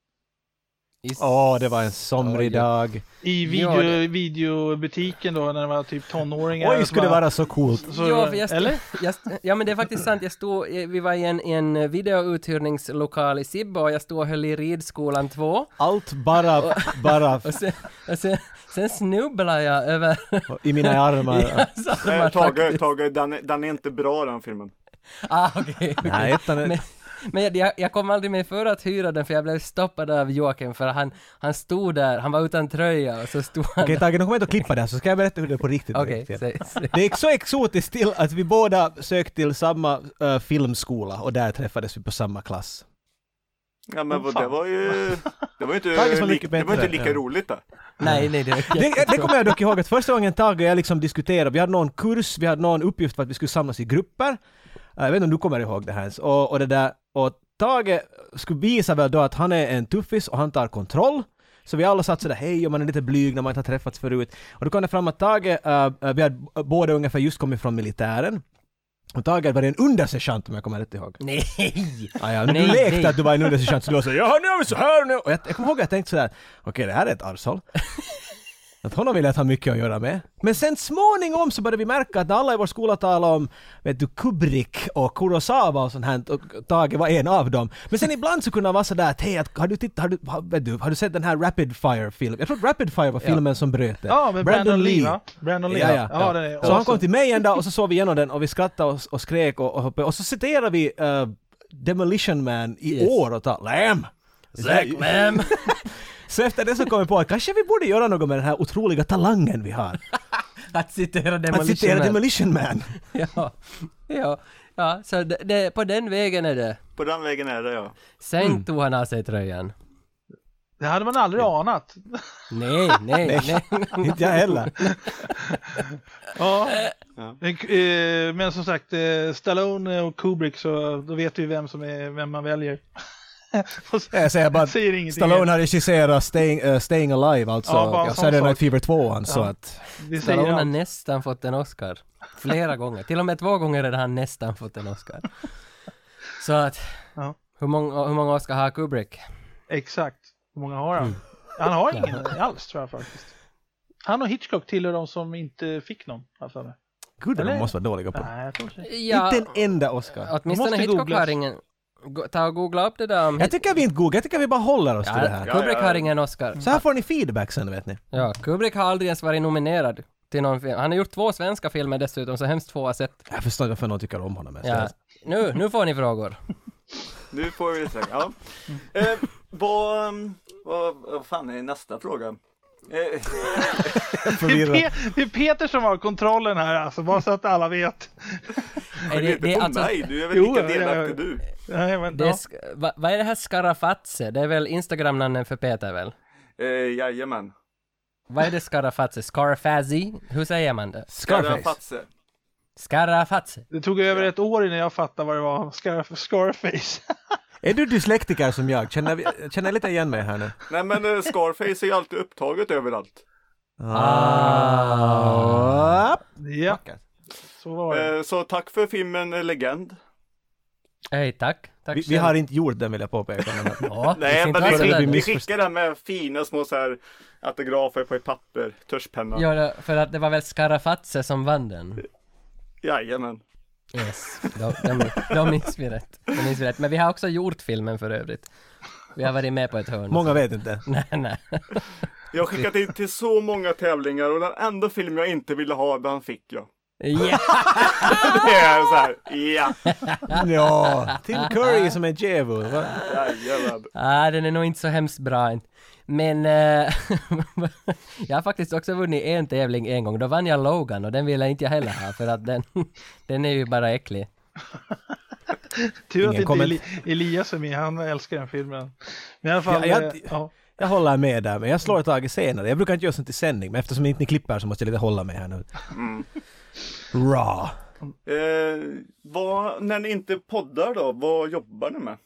Det var en somrig dag. I videobutiken då, när det var typ tonåringar. Oj, skulle det vara så coolt. Ja, men det är faktiskt sant. Vi var i en videouthyrningslokal i Sibbo, och jag stod och höll i ridskolan 2. Allt bara... och sen snubblade jag över... I mina armar. Tage, den är inte bra, den filmen. Okej. Nej, Men jag kom aldrig med för att hyra den, för jag blev stoppad av Joakim, för han stod där, han var utan tröja och så stod han... Okej, Tage, nu kommer jag inte att klippa det här, så ska jag berätta hur det är på riktigt. Okej, säg. Det är så exotiskt till att vi båda sökte till samma filmskola, och där träffades vi på samma klass. Ja, men det var inte lika roligt då. Nej, det kommer jag dock ihåg att första gången Tage och jag liksom diskuterade, vi hade någon kurs, vi hade någon uppgift för att vi skulle samlas i grupper. Jag vet inte om du kommer ihåg det här. Och det där, och Tage skulle visa väl då att han är en tuffis och han tar kontroll. Så vi alla satt sådär, hej, och man är lite blyg när man inte har träffats förut. Och då kom det fram att Tage, vi hade båda ungefär just kommit från militären. Och Tage var en undersergeant, om jag kommer rätt ihåg. Nej! Du lekte att du var en undersergeant, så du var såhär, ja, nu är vi så här nu. Och jag kommer ihåg att jag tänkte sådär, okej, det här är ett arshåll. Att honom ville ha mycket att göra med. Men sen småningom så började vi märka att när alla i vår skola talade om, vet du, Kubrick och Kurosawa och sånt här, och Tage var en av dem. Men sen ibland så kunde han vara sådär att, hej, har du sett den här Rapid Fire-filmen? Jag tror att Rapid Fire var filmen som bröt det. Ja, med Brandon Lee. Brandon Lee. Ja. Den är så han kom till mig en dag och så såg vi igenom den och vi skrattade och skrek och så citerade vi Demolition Man i år och ta Lamb! Zack Lamb! Så efter det så kom vi på att kanske vi borde göra något med den här otroliga talangen vi har. Att citera Demolition Man. Ja, så på den vägen är det. På den vägen är det, ja. Sen tog han av sig tröjan. Det hade man aldrig anat. Nej. Inte jag heller. Ja. Men som sagt, Stallone och Kubrick, så då vet vi vem man väljer. Jag säger bara Stallone har regisserat Staying Alive, alltså. Jag Saturday Night Fever 2, så att... Stallone har nästan fått en Oscar. Flera gånger. Till och med 2 gånger har han nästan fått en Oscar. Så att... Ja. Hur många Oscar har Kubrick? Exakt. Hur många har han? Han har ingen alls, tror jag faktiskt. Han och Hitchcock tillhör de som inte fick någon. Gud, de måste vara dåliga på. Nej, jag tror inte. Inte en enda Oscar. Åtminstone Hitchcock har ingen... Ta och googla upp det där om... Jag tycker vi inte googlar, jag tycker vi bara håller oss till det här. Kubrick har ingen Oscar. Så här får ni feedback sen, vet ni. Ja, Kubrick har aldrig ens varit nominerad till någon film. Han har gjort 2 svenska filmer dessutom, så hemskt få har sett. Jag förstår varför någon tycker om honom mest. Ja. Nu får ni frågor. Nu får vi se. Ja. Vad fan är nästa fråga? Det är Peter som har kontrollen här, alltså, bara så att alla vet. Det är inte på alltså, mig, du är väl lika delaktig du. Nej, men, vad är det här Scarafatse? Det är väl Instagram-namnen för Peter väl? Jajamän. Vad är det Scarafatse? Scarfazi? Hur säger man det? Scarafatse. Det tog över ett år innan jag fattade vad det var. Scarface. Är du dyslektiker som jag? Känner lite igen mig här nu? Nej, men Scarface är ju alltid upptaget överallt. Ja, så var det. Så tack för filmen Legend. Hej, tack. Vi har inte gjort den, vill jag påpeka. Ja, nej, men vi skickar den med fina små så här autografer på ett papper, tuschpenna. Ja, för att det var väl Scarafatse som vann den. Jajamän. Yes, då minns vi rätt. Men vi har också gjort filmen för övrigt. Vi har varit med på ett hörn. Många vet inte. Nej. Jag har skickat in till så många tävlingar och den enda film jag inte ville ha, den fick jag. Ja. Det är så här, ja. Ja, Tim Curry som är djävul. Jajamän. Den är nog inte så hemskt bra. Men jag har faktiskt också vunnit en tävling en gång. Då vann jag Logan och den ville inte jag heller ha för att den är ju bara äcklig. Tur att inte Elias är med, han älskar den filmen. Men i alla fall, jag håller med där, men jag slår ett tag senare. Jag brukar inte göra sånt i sändning, men eftersom inte ni klipper så måste jag lite hålla med här nu. Raw. När ni inte poddar då, vad jobbar ni med?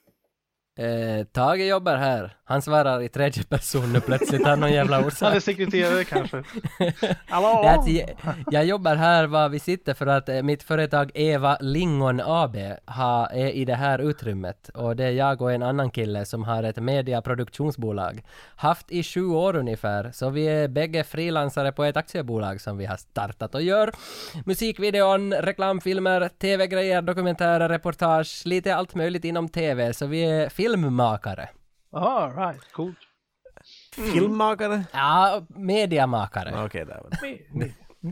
Tage jobbar här. Han svarar i tredje person nu plötsligt. Han någon jävla orsak. Han är sekreterare kanske. Hallå? Jag jobbar här var vi sitter för att mitt företag Eva Lingon AB är i det här utrymmet. Och det är jag och en annan kille som har ett mediaproduktionsbolag. Haft i 7 år ungefär. Så vi är bägge frilansare på ett aktiebolag som vi har startat och gör musikvideon, reklamfilmer, tv-grejer, dokumentärer, reportage, lite allt möjligt inom tv. Så vi är filmmakare. Right, coolt. Filmmakare? Ja, mediamakare. Okej, där var det.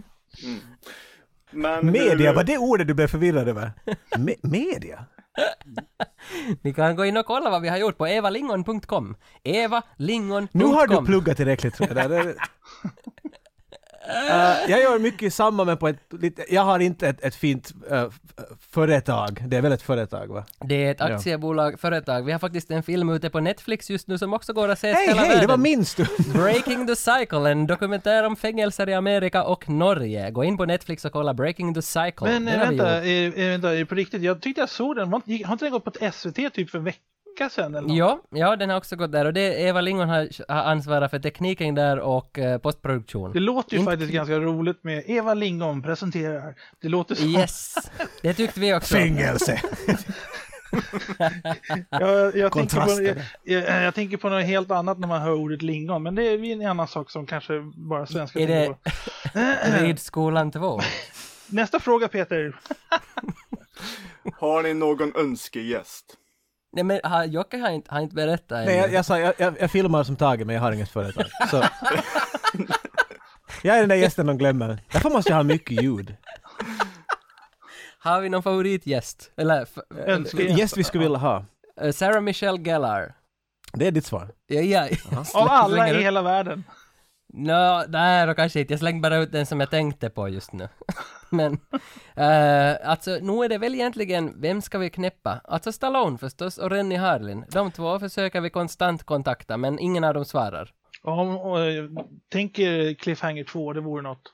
Men media, var det ordet du blev förvirrad över? Media? Ni kan gå in och kolla vad vi har gjort på evalingon.com. evalingon.com. Nu har du pluggat tillräckligt, tror jag. Jag gör mycket samma, men på jag har inte ett fint företag. Det är väl ett företag, va? Det är ett aktiebolag, företag. Vi har faktiskt en film ute på Netflix just nu som också går att se hela världen. Det var min stund. Breaking the Cycle, en dokumentär om fängelser i Amerika och Norge. Gå in på Netflix och kolla Breaking the Cycle. Men vänta, är det på riktigt? Jag tyckte jag såg den. Har inte den gått på ett SVT typ för en vecka sedan? Eller ja, den har också gått där. Och det Eva Lingon har ansvarat för tekniken där och postproduktion. Det låter ju faktiskt ganska roligt med Eva Lingon presenterar. Det låter som... Yes, det tyckte vi också. Fängelse. jag tänker på något helt annat när man hör ordet lingon. Men det är en annan sak som kanske bara svenska är det Ridskolan 2? Nästa fråga, Peter. Har ni någon önskegäst? Nej, men Jocke har inte berättat. Nej, jag sa jag filmar som Tage, men jag har inget företag. Så. Jag är den där gästen de glömmer. Därför måste jag ha mycket ljud. Har vi någon favoritgäst? Eller gäst vi skulle vilja ha? Sarah Michelle Gellar. Det är ditt svar? Ja. Av alla i hela världen. Nej, då kanske inte. Jag slängde bara ut den som jag tänkte på just nu. Men alltså, nu är det väl egentligen, vem ska vi knäppa? Alltså Stallone förstås och Rennie Harlin. De två försöker vi konstant kontakta, men ingen av dem svarar. Tänker Cliffhanger 2, det vore något.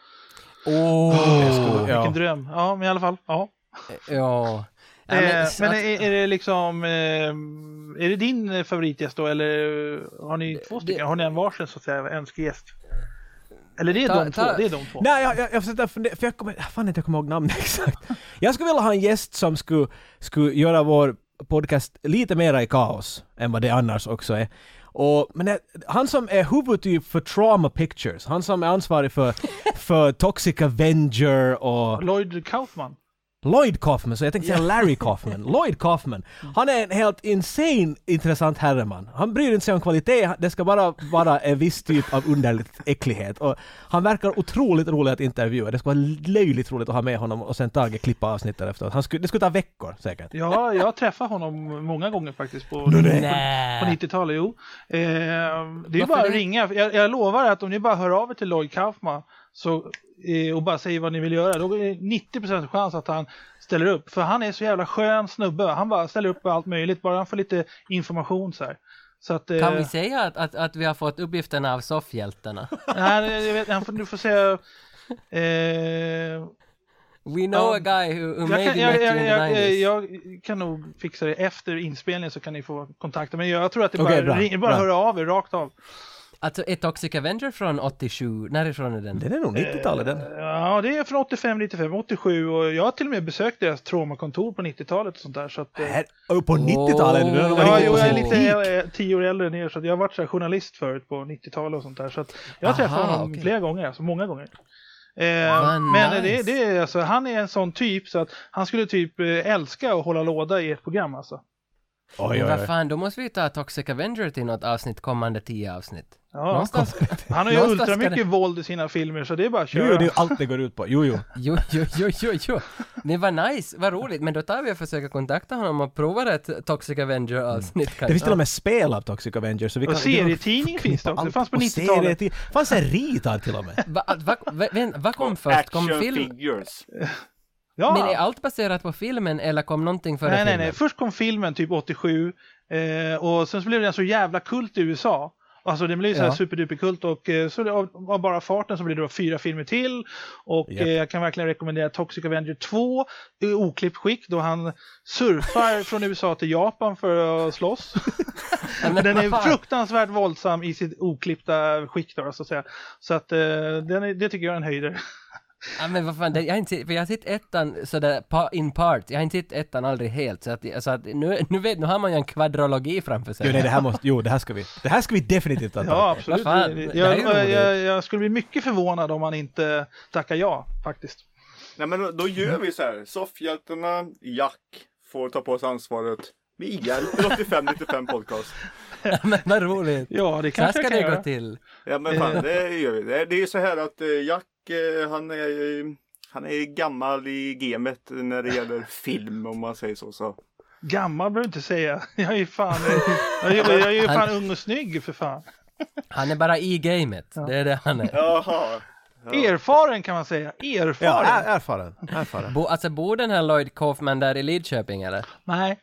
Vilken dröm. Ja, men i alla fall, ja. Ja. Men är det liksom är det din favoritgäst då, eller har ni 2 stycken? Har ni en varsin så att säga önskegäst? Eller det är de två? Nej, jag försökte fundera, för jag kommer ihåg namnet exakt. Jag skulle vilja ha en gäst som skulle göra vår podcast lite mera i kaos än vad det annars också är. Men han som är huvudtyp för Trauma Pictures, han som är ansvarig för Toxic Avenger och Lloyd Kaufman, så jag tänkte säga Larry Kaufman. Lloyd Kaufman. Han är en helt insane intressant herreman. Han bryr inte sig om kvalitet, det ska bara vara en viss typ av underligt äcklighet. Och han verkar otroligt rolig att intervjua. Det ska vara löjligt roligt att ha med honom och sen Tage klippa avsnittet efteråt. Det skulle ta veckor säkert. Ja, jag träffar honom många gånger faktiskt på 90-talet. Jo. Det är bara att ringa. Jag lovar att om ni bara hör av er till Lloyd Kaufman och bara säger vad ni vill göra, då är det 90% chans att han ställer upp. För han är så jävla skön snubbe. Han bara ställer upp på allt möjligt. Bara han får lite information så här. Så att, kan vi säga att vi har fått uppgifterna av soffhjältarna? Nej, jag vet, du får säga... We know a guy who maybe met you in the 90s. Jag kan nog fixa det efter inspelningen, så kan ni få kontakta. Men jag tror att det bara höra av er rakt av. Alltså, är Toxic Avenger från 87? Närifrån är den? Den är nog 90-talet den. Ja, det är från 85, 95, 87 och jag har till och med besökt deras traumakontor på 90-talet och sånt där. Så att, på 90-talet? Ja, jag är lite 10 år äldre ner, så att jag har varit så här journalist förut på 90-talet och sånt där. Så att jag har träffat honom flera gånger, alltså många gånger. Men nice. det är alltså, han är en sån typ så att han skulle typ älska att hålla låda i ett program alltså. Oj. Vad fan, då måste vi ta Toxic Avenger till något avsnitt, kommande 10 avsnitt. Ja, han har ju ultra mycket våld i sina filmer, så det är bara att köra. Jo, det är allt det går ut på. Jo. Det var nice, vad roligt. Men då tar vi och försöker kontakta honom och prova ett Toxic Avenger avsnitt. Det finns till och med spel av Toxic Avenger. Så vi och kan, serietidning finns det också. Det fanns på 90-talet. Det fanns en ritad till och med. Vad kom först? Kom Action film? figures. Ja. Men är allt baserat på filmen eller kom någonting före filmen? Nej. Först kom filmen typ 87 och sen så blev den så jävla kult i USA. Alltså det blev så här superduperkult och så det var bara farten så blev det då 4 filmer till och jag kan verkligen rekommendera Toxic Avenger 2 i oklippt skick då han surfar från USA till Japan för att slåss. Den är fruktansvärt våldsam i sitt oklippta skick då, så att säga. Så att det tycker jag är en höjder. Ja, men vad fan, jag har sett ettan sådär in part. Jag har inte sett ettan aldrig helt, så att nu har man ju en kvadrologi framför sig. Det här ska vi definitivt ta. Ja, absolut. Jag skulle bli mycket förvånad om man inte tackar ja, faktiskt. Nej, men då gör vi så här. Soffhjältarna, Jack får ta på sig ansvaret. Vi hjälper 85-95 podcast. Ja, men vad roligt. Ja, det kanske ska det gå till. Ja, men fan, det gör vi. Det är ju så här att Jack, han är gammal i gamet när det gäller film, om man säger så. Gammal behöver inte säga. Jag är fan ung och snygg för fan. Han är bara i gamet. Ja. Det är det han är. Jaha. Ja. Erfaren kan man säga. Erfaren. Alltså bor den här Lloyd Kaufman där i Lidköping eller? Nej.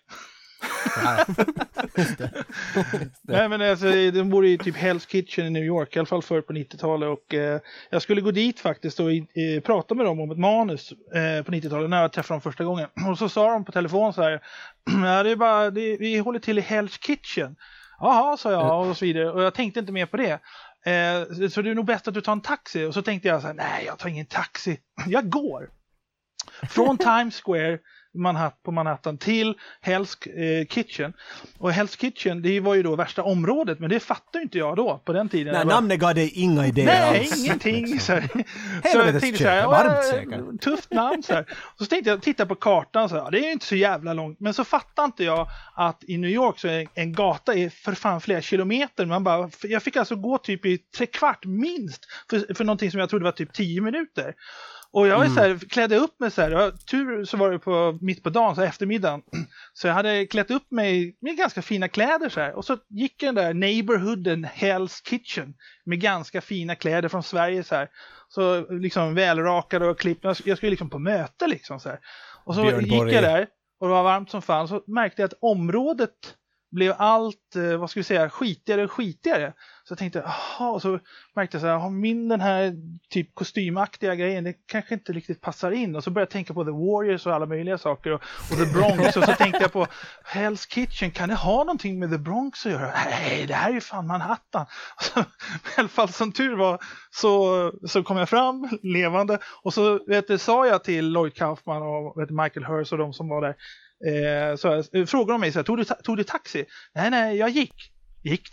Nej, men alltså, de bor i typ Hell's Kitchen i New York, i alla fall förr på 90-talet och jag skulle gå dit faktiskt och prata med dem om ett manus på 90-talet när jag träffade dem första gången och så sa de på telefon så här: ja, vi håller till i Hell's Kitchen. Jaha, sa jag och så vidare och jag tänkte inte mer på det. Så det är nog bäst att du tar en taxi. Och så tänkte jag så här: nej, jag tar ingen taxi. Jag går från Times Square på Manhattan till Hell's Kitchen. Och Hell's Kitchen, det var ju då värsta området, men det fattade inte jag då på den tiden. Nej, namnet gav dig inga idéer. Nej, ingenting. Så jag tänkte så här, tufft namn så här. Så tänkte jag titta på kartan så här, det är ju inte så jävla långt, men så fattade inte jag att i New York så är en gata är för fan flera kilometer. Jag fick alltså gå typ i 3/4 minst för någonting som jag trodde var typ 10 minuter. Och jag var så här, klädde upp mig så här, tur så var det mitt på dagen, så eftermiddagen. Så jag hade klätt upp mig med ganska fina kläder så här. Och så gick den där neighborhooden Hell's Kitchen med ganska fina kläder från Sverige så här. Så liksom välrakade och klippt. Jag skulle liksom på möte liksom så här. Och så gick jag där och det var varmt som fan. Så märkte jag att området blev allt, vad ska vi säga, skitigare och skitigare. Så jag tänkte, och så märkte jag så här, den här typ kostymaktiga grejen, det kanske inte riktigt passar in. Och så började jag tänka på The Warriors och alla möjliga saker och The Bronx. Och så tänkte jag på Hell's Kitchen, kan det ha någonting med The Bronx att göra? Nej, det här är ju fan Manhattan. Så, i alla fall som tur var så kom jag fram levande. Och så sa jag till Lloyd Kaufman och Michael Hurst och de som var där. Så frågade de mig så här, tog du taxi? Nej, jag gick. Gick du?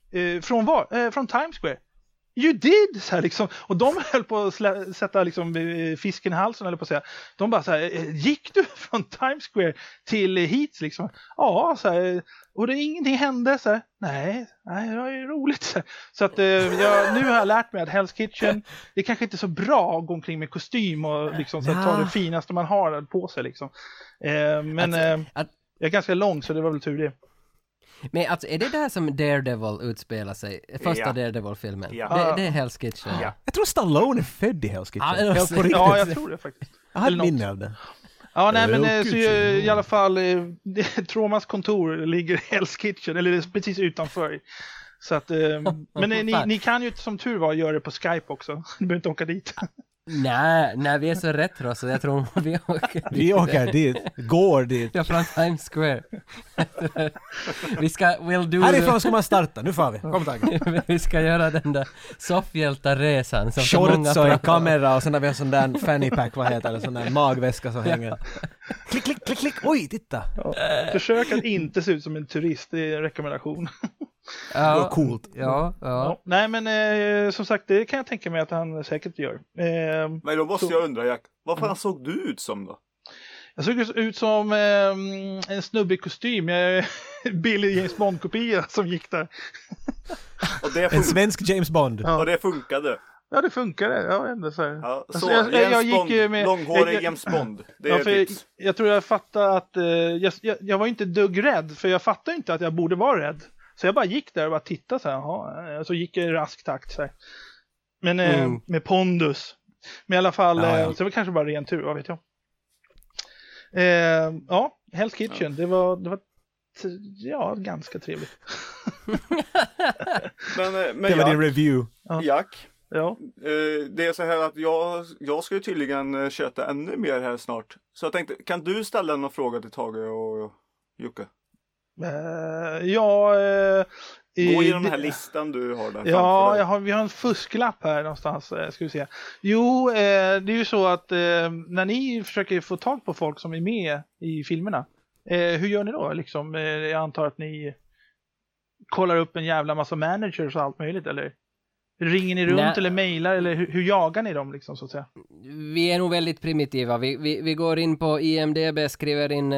från var? Från Times Square. You did! Så här liksom. Och de höll på att sätta liksom, fisken i halsen, eller på att säga. De bara så här, gick du från Times Square till Heats liksom? Ja, så här. Och ingenting hände så här. Nej, det var ju roligt så här. Så att nu har jag lärt mig att Hell's Kitchen, det är kanske inte så bra att gå omkring med kostym och liksom så här, ta det finaste man har på sig liksom. Men jag är ganska lång, så det var väl tur det. Men alltså, är det där som Daredevil utspelar sig? Första Daredevil-filmen? Ja. Det är Hell's Kitchen. Ja. Jag tror Stallone är född i Hell's Kitchen. Ja, jag tror det faktiskt. Jag har ett minne av det. Ja, nej, men så i alla fall Tromas kontor ligger i Hell's Kitchen, eller precis utanför. Så att, men ni kan ju som tur var göra det på Skype också. Ni behöver inte åka dit. Nej, vi är så retro så jag tror vi åker dit, går dit. Ja, från Times Square. Härifrån ska man starta, nu får vi. Kom tack. Vi ska göra den där soffhjältarresan. Shorts och en kamera och sen har vi en sån där fanny pack, vad heter det, sån där magväska som hänger. Klick, klick, klick, klick, oj, titta. Ja, försök att inte se ut som en turist, det är en rekommendation. Ja, vad coolt. Ja. Nej, men som sagt, det kan jag tänka mig att han säkert gör. Men då måste jag undra, Jack, vad fan såg du ut som då? Jag såg ut som en snubbe i kostym. Billy James Bond-kopia som gick där. Och en svensk James Bond. Ja. Och det funkade. Ja, det funkade. Ja, ändå så här. Ja, så alltså, jag gick med långhårig James Bond. Det är tips. Jag tror jag fattade att jag var inte dugg rädd, för jag fattade inte att jag borde vara rädd. Så jag bara gick där och bara tittade så här. Så gick jag i rask takt så här. Men med pondus. Men i alla fall, så det var kanske bara ren tur, vad vet jag. Hell's Kitchen, det var ganska trevligt. men det var din review. Jack, ja. Det är så här att jag ska ju tydligen köta ännu mer här snart. Så jag tänkte, kan du ställa någon fråga till Tage och Jocke? Gå igenom den här listan du har där. Ja, vi har en fusklapp här någonstans, ska vi se. Jo, det är ju så att när ni försöker få tag på folk som är med i filmerna, hur gör ni då? Liksom, jag antar att ni kollar upp en jävla massa managers och allt möjligt, eller? Ringer ni runt eller mejlar, eller hur jagar ni dem liksom, så att säga? Vi är nog väldigt primitiva. Vi går in på IMDb, skriver in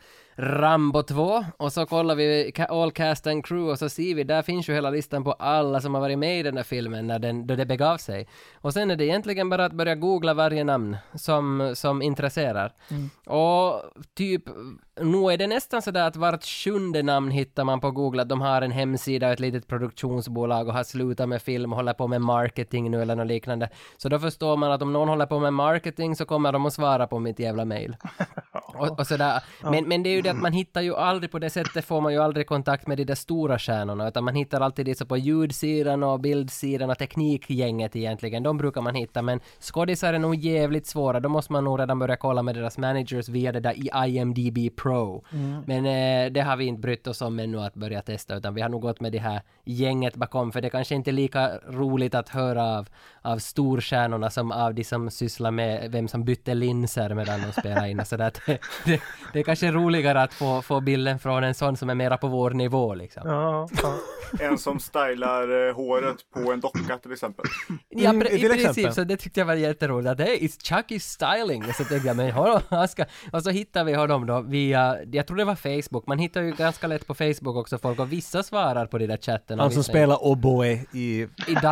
Rambo 2 och så kollar vi all cast and crew och så ser vi, där finns ju hela listan på alla som har varit med i den här filmen då det begav sig. Och sen är det egentligen bara att börja googla varje namn som intresserar. Och typ, nu är det nästan sådär att vart 7:e namn hittar man på Google, att de har en hemsida och ett litet produktionsbolag och har slutat med film och håller på med marketing nu eller något liknande. Så då förstår man att om någon håller på med marketing så kommer de att svara på mitt jävla mail. och sådär. Men det är ju det att man hittar ju aldrig, på det sättet får man ju aldrig kontakt med de där stora stjärnorna, utan man hittar alltid det så på ljudsidan och bildsidan och teknikgänget egentligen, de brukar man hitta, men skådisar är nog jävligt svåra, då måste man nog redan börja kolla med deras managers via det där i IMDb Pro. Men det har vi inte brytt oss om ännu att börja testa, utan vi har nog gått med det här gänget bakom, för det kanske inte är lika roligt att höra av storstjärnorna som av de som sysslar med vem som bytte linser medan de spelar in, så att det är kanske roligare att få bilden från en sån som är mera på vår nivå liksom. Ja. En som stylar håret på en docka till exempel. Ja, i princip, så det tyckte jag var jätteroligt, att det är Chucky styling, och så tänkte jag, men och så hittar vi honom då via, jag tror det var Facebook, man hittar ju ganska lätt på Facebook också folk, och vissa svarar på de där chatten. Han som spelar oboe i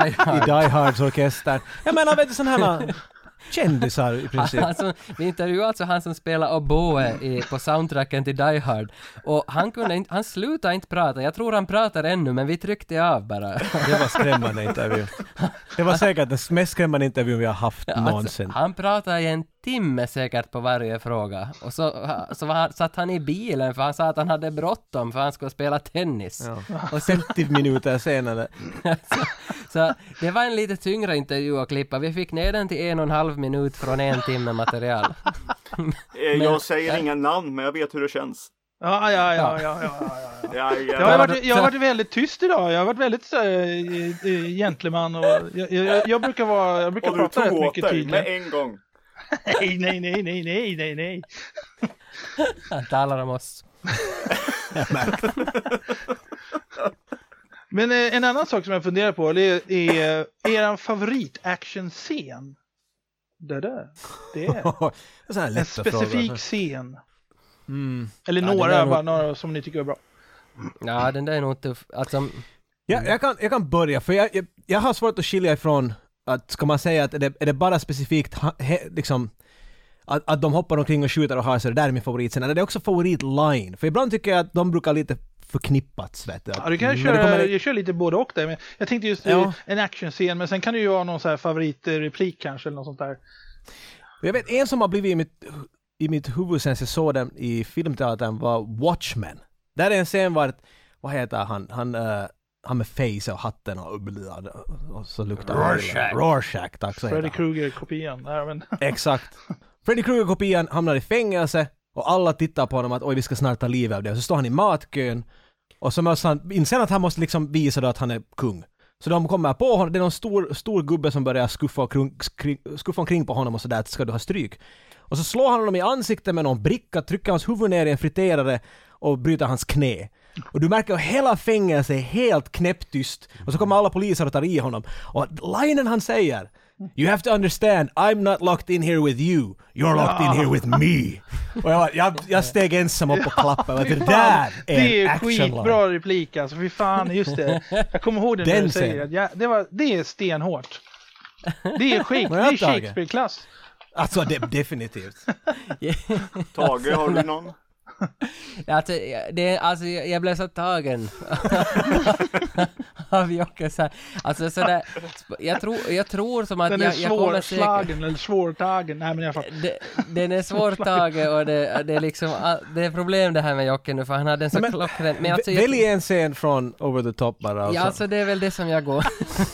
Die Hards orkester. Jag menar, vet du, sån här kändisar i princip. Vi intervjuade alltså han som spelar oboe på soundtracken till Die Hard, och han slutade inte prata. Jag tror han pratar ännu, men vi tryckte av bara. Det var skrämmande intervju. Det var säkert den mest skrämmande intervjun vi har haft någonsin. Han pratade i en timme säkert på varje fråga, och så satt han i bilen för han sa att han hade bråttom för han skulle spela tennis. Ja. Och 50 minuter senare. så det var en lite tyngre intervju att klippa. Vi fick ner den till 1,5 minut från 1 timme material. Jag säger inga namn, men jag vet hur det känns. Ja. Jag har varit väldigt tyst idag. Jag har varit väldigt gentleman, och jag brukar prata rätt mycket tydligt. Med en gång. Nej. Han talar om oss. Men en annan sak som jag funderar på är er favorit actionscen. Det är en specifik scen. Eller några som ni tycker är bra. Ja, den där är nog tuff. Alltså... Jag kan börja, för jag har svårt att skilja ifrån att, ska man säga att är det bara specifikt liksom att de hoppar omkring och skjuter och har så det där är min favoritscen. Eller det är också favoritline. För ibland tycker jag att de brukar lite förknippats, vet du. Ja, du kan jag kör lite både och där. Men jag tänkte just en actionscen, men sen kan det ju vara någon så här favoritreplik kanske eller något sånt där. Jag vet, en som har blivit i mitt huvud sen jag såg den i filmteatern var Watchmen. Där är en scen var vad heter han med face och hatten och så luktar Rorschach, tack så Freddy Krueger-kopian. Exakt. Freddy Krueger-kopian hamnar i fängelse och alla tittar på honom att oj, vi ska snart ta livet av det. Och så står han i matkön och så måste han inse att han måste liksom visa då att han är kung. Så de kommer på honom, det är någon stor gubbe som börjar skuffa omkring på honom och sådär, att ska du ha stryk. Och så slår han honom i ansiktet med någon bricka, trycker hans huvud ner i en friterare och bryter hans knä. Och du märker att hela fängelset är helt knäpptyst. Och så kommer alla poliser och tar i honom. Och linen han säger, you have to understand, I'm not locked in here with you. You're locked in here with me. Och jag steg ensam upp och klappade. Det där är en skitbra replik alltså. Fy fan, just det. Jag kommer ihåg det när du säger att det är stenhårt. Det är Shakespeare-klass. Alltså definitivt. Tage, har du någon? Alltså, jag blev så tagen av Jocke så här. Alltså så där, jag tror som att den är svårslagen eller svårtagen. Nej, men den är svårtagen och det är liksom det är problem det här med Jocke nu för han hade en så klockren. Men alltså, välj en scen från Over the Top bara. Alltså. Ja, alltså det är väl det som jag går.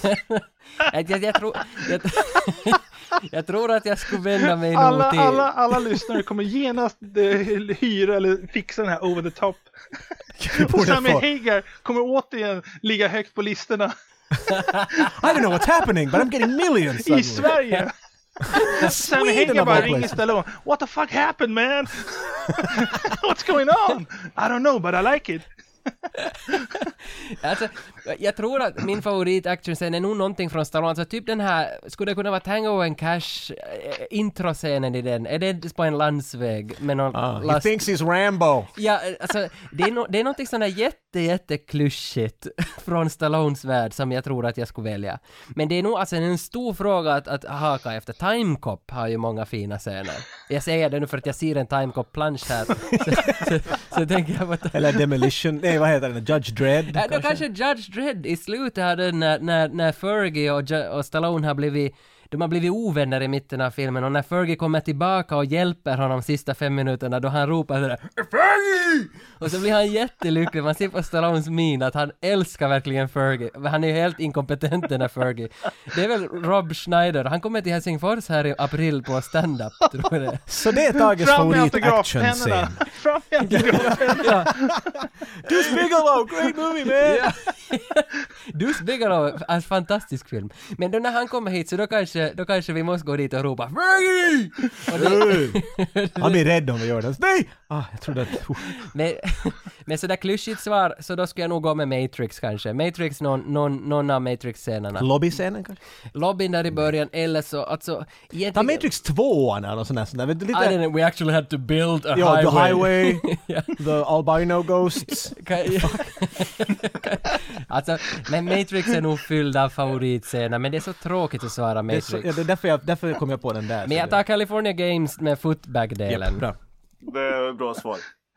Jag tror att jag skulle vända mig nog till... Alla lyssnare kommer genast hyra eller fixa den här Over the Top. Och Sammy Hagar kommer återigen ligga högt på listorna. I don't know what's happening, but I'm getting millions suddenly. I Sverige. Sammy Hagar bara ringer Stallone. What the fuck happened, man? What's going on? I don't know, but I like it. Alltså, jag tror att min favorit actionscen är nog någonting från Stallone. Så typ den här, skulle det kunna vara Tango and Cash introscenen i den? Är det på en landsväg med någon he thinks he's Rambo. Ja, alltså det är någonting sån där jätteklyschigt från Stallones värld som jag tror att jag skulle välja. Men det är nog alltså en stor fråga att haka efter. Time Cop har ju många fina scener. Jag säger det nu för att jag ser en Time Cop-plansch här. Så tänker jag på... Eller Demolition, nej vad heter den? Judge Dredd? Ja, då kanske Judge Dredd i slutet hade när Fergie och Stallone har blivit ovänner i mitten av filmen och när Fergie kommer tillbaka och hjälper honom sista 5 minuterna då han ropar sådär Fergie! Och så blir han jättelycklig. Man ser på Stallones min att han älskar verkligen Fergie. Han är ju helt inkompetent den här Fergie. Det är väl Rob Schneider. Han kommer till Helsingfors här i april på stand-up, tror jag det. Så det är Tages favorit-action-scen. Fram med autografpennorna. Deuce Bigelow, great movie man! Deuce Bigelow, en fantastisk film. Men då när han kommer hit så då kanske vi måste gå dit och ropa Fergie! Han blir rädd om vi gör det. Nej! Jag trodde att... Men sådär klyschigt svar, så då ska jag nog gå med Matrix kanske. Matrix, någon av Matrix-scenerna. Lobby-scenen kanske? Lobbyn där i början, eller så, alltså... Ta Matrix 2 eller något sånt där. We actually had to build a highway. The highway, the albino ghosts. Alltså, men Matrix är nog fylld av favoritscener, men det är så tråkigt att svara Matrix. Det är därför kom jag på den där. Men jag tar California Games med footbag-delen. Yep, bra. Det är bra svar.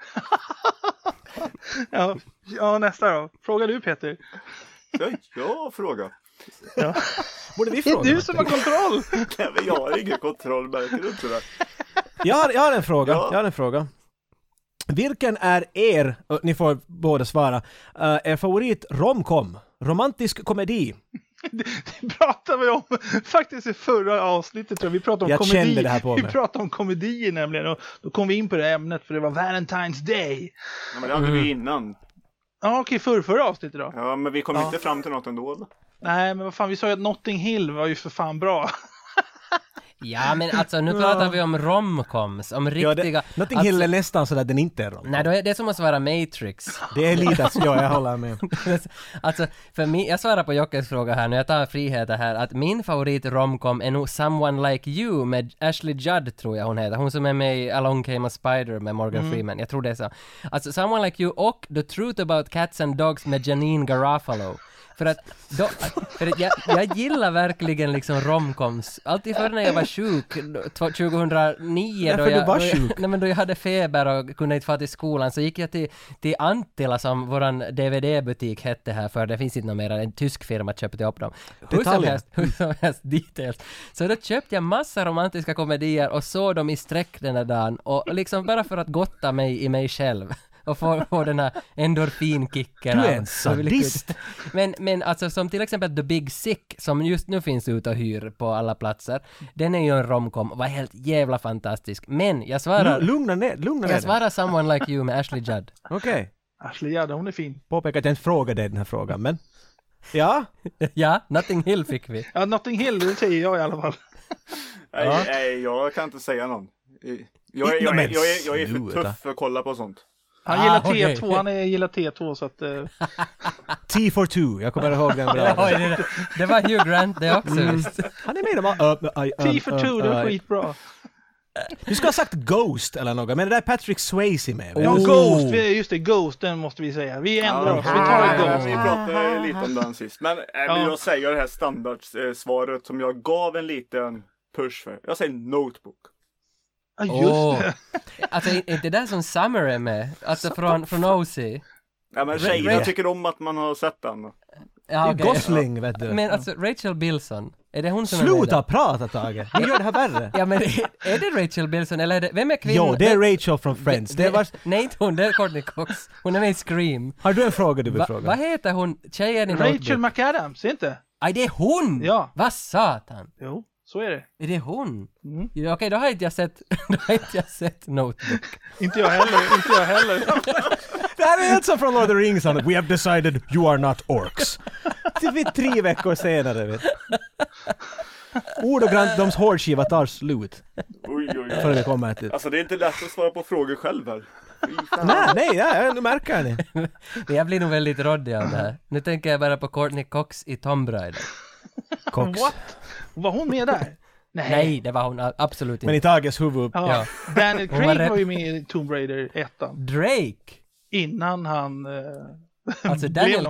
Ja, nästa då. Frågar du, Peter? Ja, fråga. Ja. Borde vi fråga? Det är du som har kontroll. Nej, men jag har ingen kontroll, märker du inte det? Jag har en fråga. Jag har en fråga. Vilken är ni får båda svara, er favorit romcom? Romantisk komedi? Det pratade vi om faktiskt i förra avsnittet, tror jag. Vi pratade om komedi. Kände det här på mig. Vi pratade om komedi nämligen, och då kom vi in på det ämnet för det var Valentine's Day. Ja, men det hade vi innan. Ja, okej, förra avsnittet då. Ja, men vi kom inte fram till något ändå. Nej, men vad fan, vi sa ju att Notting Hill var ju för fan bra. Ja, men alltså nu pratar vi om romcoms, om riktiga... Notting Hill är nästan så att den inte är romcom. Nej, då är det som att svara Matrix. Det är lite att, jag håller med. Alltså, för mig, jag svarar på Jockes fråga här, nu jag tar friheter här, att min favorit romcom är nog Someone Like You med Ashley Judd, tror jag hon heter. Hon som är med i Along Came a Spider med Morgan Freeman. Jag tror det är så. Alltså, Someone Like You och The Truth About Cats and Dogs med Janine Garofalo. För att jag gillar verkligen liksom romcoms. Alltid förr när jag var sjuk 2009 då jag hade feber och kunde inte få till skolan, så gick jag till Antilla som våran DVD-butik hette här, för det finns inte någon mer, en tysk firma köpte upp dem. Hur som helst details. Så då köpte jag massa romantiska komedier och såg dem i sträck den här dagen, och liksom bara för att gotta mig i mig själv. Och få den här endorfinkicken. Du är en sadist. Men alltså som till exempel The Big Sick, som just nu finns ute och hyr på alla platser. Den är ju en romcom och var helt jävla fantastisk. Men jag svarar... Lugna ner. Jag svarar Someone Like You med Ashley Judd. Okej. Ashley Judd, hon är fin. Påpekar att jag inte frågade dig den här frågan, men... Ja? Ja, Notting Hill fick vi. Ja, Notting Hill, det säger jag i alla fall. Nej, jag kan inte säga någon. Jag är för tuff för att kolla på sånt. Han gillar T2, han gillar T2 så att... T for two, jag kommer ihåg den bra. Det var Hugh Grant det också. Han är med i de T for two, det var skitbra. Du ska ha sagt Ghost eller något, men det där är Patrick Swayze med. Ja, Ghost, just det, Ghost, den måste vi säga. Vi ändrar oss, vi tar Ghost. Vi pratade lite om den sist. Men jag säger det här standardsvaret som jag gav en liten push för. Jag säger Notebook. Ja, just det. Alltså, är inte det som Summer är med? Alltså från OC. Ja, men jag tycker om att man har sett den. Ja, det är Gosling, vet du. Men alltså, Rachel Bilson, är det hon som är med? Sluta prata, Tage! Du gör det här värre. Ja, men är det Rachel Bilson, eller är det... Vem är kvinnan? Jo, det är Rachel från Friends. Nej, inte hon, det är Courtney Cox. Hon är med i Scream. Har du en fråga du vill fråga? Vad heter hon? Tjejen i Notebook? Rachel McAdams, inte? Aj, det är hon! Ja. Vad satan? Jo, så är det. Är det hon? Ja, okej, då har inte jag sett Notebook. Inte jag heller. Det här är alltså från Lord of the Rings. We have decided you are not orcs. Det blir 3 veckor senare, vet du. Ordagrant, de hårdskiva tar slut. Oj. För det kommer till. Alltså det är inte lätt att svara på frågor själv här. Nej, nu märker ni. Men jag blir nog väldigt råddig av det här. Nu tänker jag bara på Courtney Cox i Tomb Raider. Cox. What? Var hon med där? Nej, det var hon absolut inte. Men i Tages huvud. Ja. Daniel Craig var ju med i Tomb Raider 1. Drake? Innan han alltså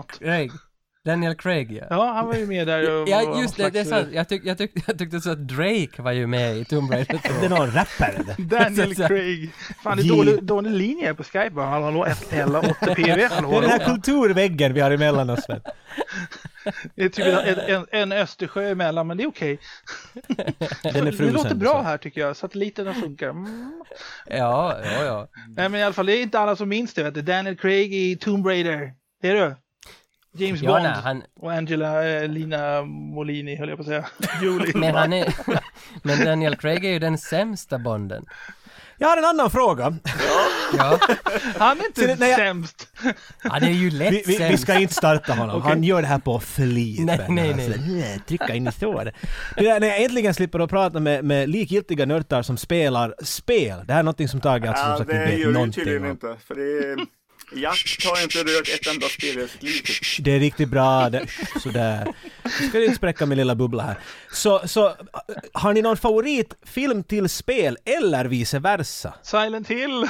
Daniel Craig, ja. Ja, han var ju med där. Och ja, just det, det är sant. Jag tyckte så att Drake var ju med i Tomb Raider. Det är någon rappare. Daniel Craig. Fan, det är dålig linje på Skype. Hallå, 8PV. Hallå. Det är den här kulturväggen vi har emellan oss. Det är typ en Östersjö emellan, men det är okej. Den är frusen, det låter bra här tycker jag. Satelliterna funkar. Ja. Nej, men i alla fall, det är inte alla som minns det. Vet du. Daniel Craig i Tomb Raider. Det är du. James Bond och Lina Molini, höll jag på att säga. Julie. Men Daniel Craig är ju den sämsta Bonden. Jag har en annan fråga. Ja. Han är inte sämst. Ja, det är ju lätt vi ska inte starta honom. Okay. Han gör det här på flit. Nej. Trycka in i sår. När jag äntligen slipper att prata med likgiltiga nördar som spelar spel. Det här är någonting som Tage alltså som sagt inte vet någonting om. Det gör tydligen inte. För det är... Jack har inte rört ett enda spel i sitt liv. Det är riktigt bra. Sådär. Nu ska du inte spräcka min lilla bubbla här. Så har ni någon favoritfilm till spel eller vice versa? Silent Hill.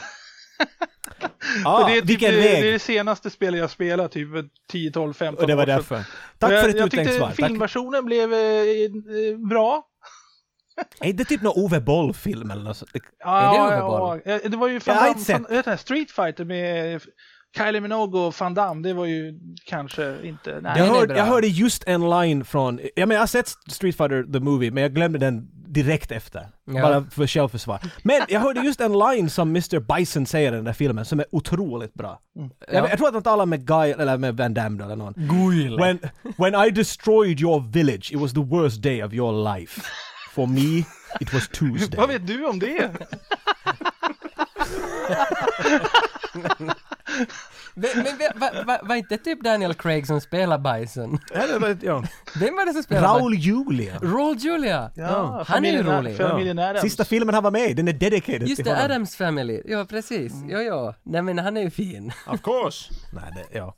Det är typ det är det senaste spelet jag spelar, typ 10, 12, 15 år. Och det var därför. Tack för ett uttänkt svar. Jag tyckte filmversionen blev bra. Är det typ någon Ove Boll-film eller något sånt? Är det Ove Boll? Det var ju Street Fighter med Kylie Minogue och Van Damme. Det var ju kanske inte... Nej. Jag hörde just en line från... Jag har sett Street Fighter the Movie, men jag glömde den direkt efter. Ja. Bara för självförsvar. Men jag hörde just en line som Mr. Bison säger i den där filmen som är otroligt bra. Jag tror att han talar med Guy eller med Van Damme eller någon. Guile. When I destroyed your village, it was the worst day of your life. For me, it was Tuesday. Vad vet du om det? Men var inte typ Daniel Craig som spelar Bison? Ja. Vem var det som spelade? Raul Julia. Raul Julia! Ja, han är ju rolig. Familjen Adams. Sista filmen han var med i, den är dedicated Just till det, honom. Adams Family. Ja, precis. Ja. Nej, men han är ju fin. Of course. Nej, det, ja.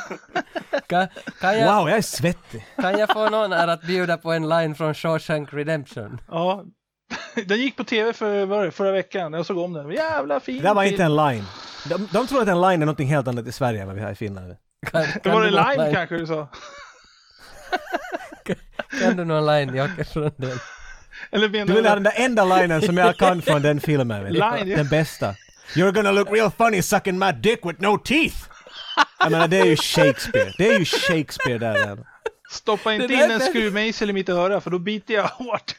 Kan jag, Wow, jag är svettig. kan jag få någon här att bjuda på en line från Shawshank Redemption? Ja. Den gick på tv förra veckan. Jag såg om den. Jävla fin. Det där var film. inte en line. De tror att en line är något helt annat i Sverige än vad vi har i Finland. Det var en du någon line kanske du sa. Kan du någon line, Jocke, från den? Eller menar Du vill ha den där enda linen som jag kan från den filmen. Vet du? Line, ja. Den bästa. You're gonna look real funny sucking my dick with no teeth. Jag menar, det är ju Shakespeare. Det är ju Shakespeare där. Stoppa inte Det in där- en skruvmejsel i mitt öra för då biter jag hårt.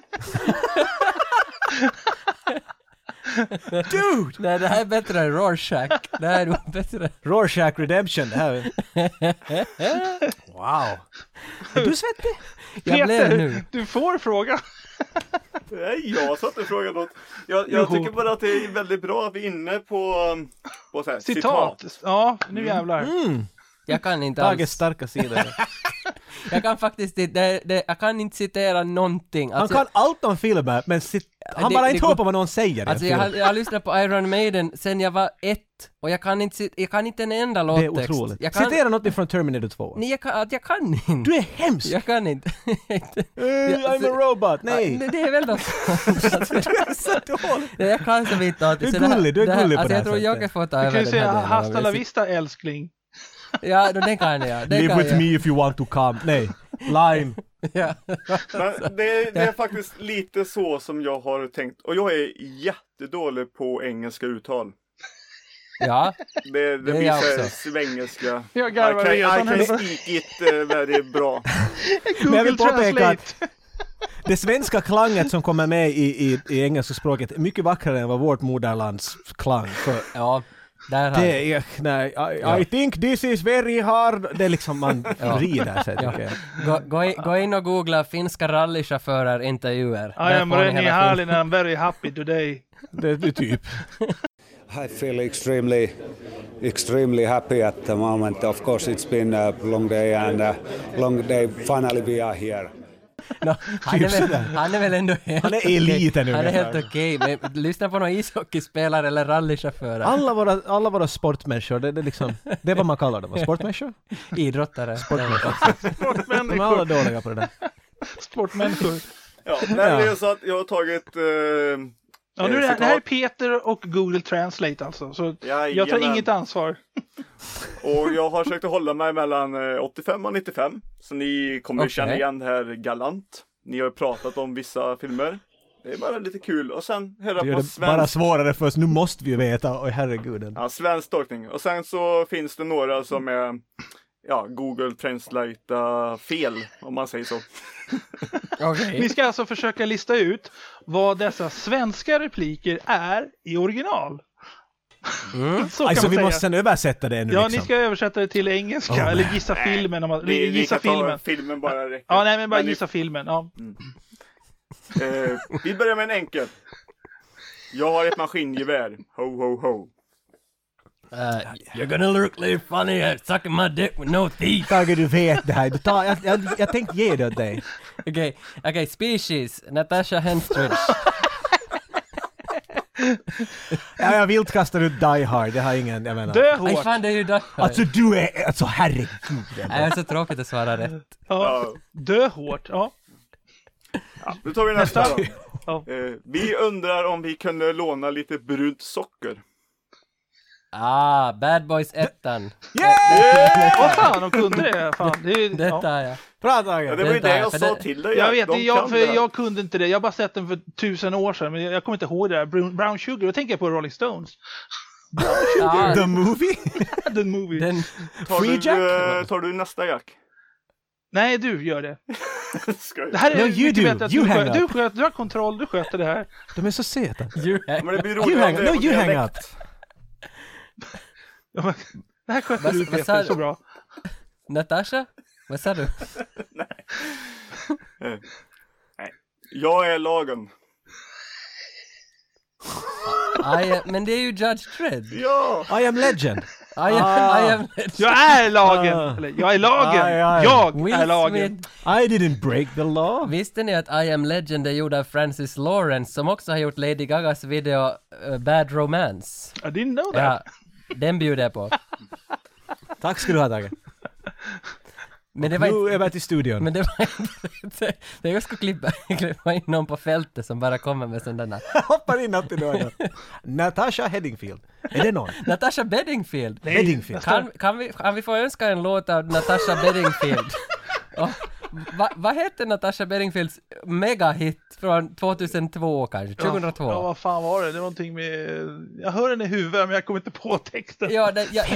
Dude! Nej, det här är bättre än Rorschach. Det här är bättre. Rorschach Redemption. Det här. Wow. Är du svettig? Jag blev Peter, nu. du får fråga. Nej, jag satt och frågade något. Jag tycker bara att det är väldigt bra att vi är inne på så här, Citat. Ja, nu jävlar. Jag kan inte Tages alls. starka sidor. Jag kan faktiskt inte, jag kan inte citera någonting. Han kan allt om filmer, men han det- bara det inte går- hör på vad någon säger. Alltså i en film. jag har lyssnat på Iron Maiden sen jag var 1 och jag kan inte en enda Det låttext. är otroligt. Jag kan, Citera något från Terminator 2. nej, jag kan inte. Du är hemsk! Jag kan inte. I'm a robot! Nej! Det är väl då Så dåligt. jag kan så vitt att Du är gullig, du är gullig på alltså det jag här tror sättet. jag kan få ta Du över kan ju den säga här delen. hasta la vista älskling. Ja, den kan jag. Den Live kan with jag. me if you want to come. Nej. Lime. Ja. Men det är faktiskt lite så som jag har tänkt. Och jag är jättedålig på engelska uttal. Ja, Det är blir jag så också. svengelska. Jag garvar redan. I can speak it väldigt bra. Men jag vill Google påpeka Translate. att det svenska klanget som kommer med i engelska språket är mycket vackrare än vad vårt moderlands klang. För ja. Där har det är, nej, I think this is very hard. Det är liksom man rider sig tycker jag. Gå in och googla finska rallychaufförer intervjuer. I Där am får ni Rennie hela Harlin and I'm very happy today. Det är typ. I feel extremely happy at the moment. Of course, it's been a long day, and long day. Finally, we are here. No, han är väl ändå helt Han är eliten Han är ungefär. helt okej. Men lyssna på någon ishockeyspelare eller rallychaufförer. Alla våra sportmänniskor, det är liksom, det är vad man kallar dem. Sportmänniskor? Idrottare. De är alla dåliga på det där. Sportmänniskor. Ja, men det är så att jag har tagit... Ja, nu är det här är Peter och Google Translate alltså. Så jag tar inget ansvar. Och jag har försökt att hålla mig mellan 85 och 95. Så ni kommer känna igen det här galant. Ni har ju pratat om vissa filmer. Det är bara lite kul. Och sen höra Det på gör det bara svensk... svårare för oss. Nu måste vi ju veta. Oj herregud. Ja, svensk tolkning. Och sen så finns det några som är... Ja, Google Translate fel, om man säger så. Okej. Vi ska alltså försöka lista ut vad dessa svenska repliker är i original. Så kan Alltså man vi säga. måste sen översätta det nu Ja, liksom. ni ska översätta det till engelska, Oh, eller gissa filmen. Om man, Vi gissa kan ta filmen. filmen bara räcker. Ja, nej men bara ni- gissa filmen. Ja. Vi börjar med en enkel. Jag har ett maskingevär. Ho, ho, ho. You're gonna look really funny sucking my dick with no teeth. Tage, du vet det här. Du tar, jag tänkte ge det åt dig. Okej, Species, Natasha Henstridge. Ja, jag vill kasta ut Die Hard. Det har ingen, jag menar. Dö Aj hårt. fan, det är ju där. Alltså du är, alltså herregud. Det är så tråkigt att svara rätt. Ja. Dö hårt. Ja. Nu tar vi nästa då. Ja. Vi undrar om vi kunde låna lite brunt socker. Bad Boys 1. Vad fan, de kunde det. Fan. Det är, Detta ja. är jag. Bra Tage. Ja, det var ju det jag för sa det- till dig. Jag vet, De jag, kan för det här. jag kunde inte det. Jag har bara sett den för 1000 år sedan, men jag kommer inte ihåg det där. Brown Sugar, då tänker jag på Rolling Stones. Ja, The movie? The movie. den, Free Jack? Tar du nästa Jack? Nej, du gör det. Ska jag? Det här är No, you mycket do. bättre att You du hang sköter. up. Du har kontroll, du sköter det här. De är så söta. Men det blir You roligt hang, om no, det är på you hang dialekt. up. Ja, men, det här sköter Vad- du vad Peter, sa- så bra. Natasha? Vad sa du? Jag är lagen. Men det är ju Judge Dredd. Ja! I am legend. I am Jag är lagen! Eller, jag är lagen! Jag Will är lagen! Smith. I didn't break the law. Visste ni att I am Legend är gjord av Francis Lawrence som också har gjort Lady Gagas video Bad Romance? I didn't know that. Ja, den bjuder jag på. Tack ska du ha, Tage. Men det var Nu inte... över till studion. Men det var inte... Jag skulle klippa in någon på fältet som bara kommer med sån där... Hoppar in alltid då. Natasha Bedingfield. Är det någon? Natasha Bedingfield. Bedingfield. Kan vi få önska en låt av Natasha Bedingfield? Vad heter Natasha Bedingfields megahit från 2002 kanske? 2002? Ja, vad fan var det? Det var någonting med... Jag hör den i huvudet men jag kommer inte på texten. Ja,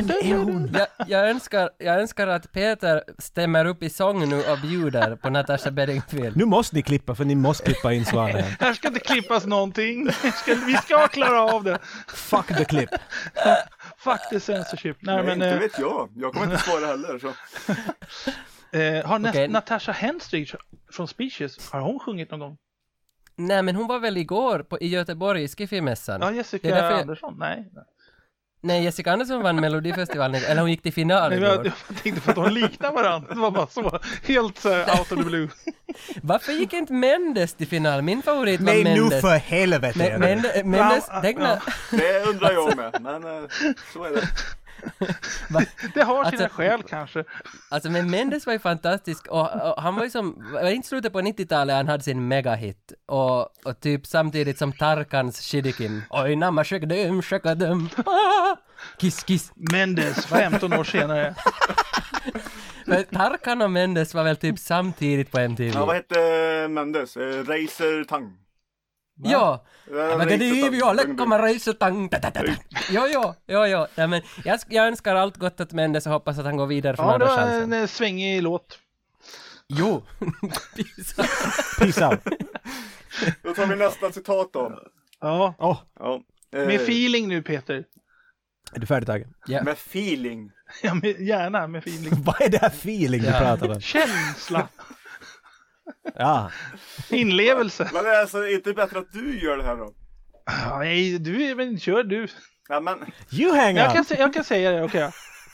jag önskar att Peter stämmer upp i sång nu och bjuder på Natasha Bedingfield. Nu måste ni klippa, för ni måste klippa in svaren. Här ska inte klippas någonting. Vi ska klara av det. Fuck the clip. Fuck the censorship. Nej, Nej, men... inte vet jag. Jag kommer inte svara heller. Så. Okej. Natasha Henstridge från Species, har hon sjungit någon gång? Nej, men hon var väl igår i Göteborg i Skiffy-mässan. Ja, Det Jessica är därför Andersson? Nej. Nej, Jessica Andersson vann Melodifestivalen, eller hon gick till final Nej, igår. jag tänkte för att de liknar varandra. Det var bara så, helt out of the blue. Varför gick inte Mendes till final? Min favorit var Nej, Mendes. nu för helvete. Mendes, Ja. Det undrar jag med. Men så är det. Det har sina Alltså- skäl kanske. Alltså, men Mendes var ju fantastisk och han var ju som, var inte slutet på 90-talet han hade sin megahit och typ samtidigt som Tarkans Shidikin. Oj, namma shakadum, kiss kiss. Mendes, 15 år senare. Men Tarkan och Mendes var väl typ samtidigt på MTV. Ja, vad hette Mendes? Racer Tang. Ja. Racer Men det är ju Tang. läcka med racertang. Ja. Nej, men jag önskar allt gott åt Mendes och hoppas att han går vidare från Ja, det andra var chansen. en svängig låt. Jo. Peace out. Då tar vi nästa citat då. Ja, Ja. med feeling nu Peter. Är du färdig, Tage? Ja. Med feeling. Ja, gärna med feeling. Vad är det här feeling du pratar om? Känsla, Ja. inlevelse. Men det är alltså inte bättre att du gör det här då? Ja, nej, men kör du. Ja, men You hang up. Jag kan säga det, okej.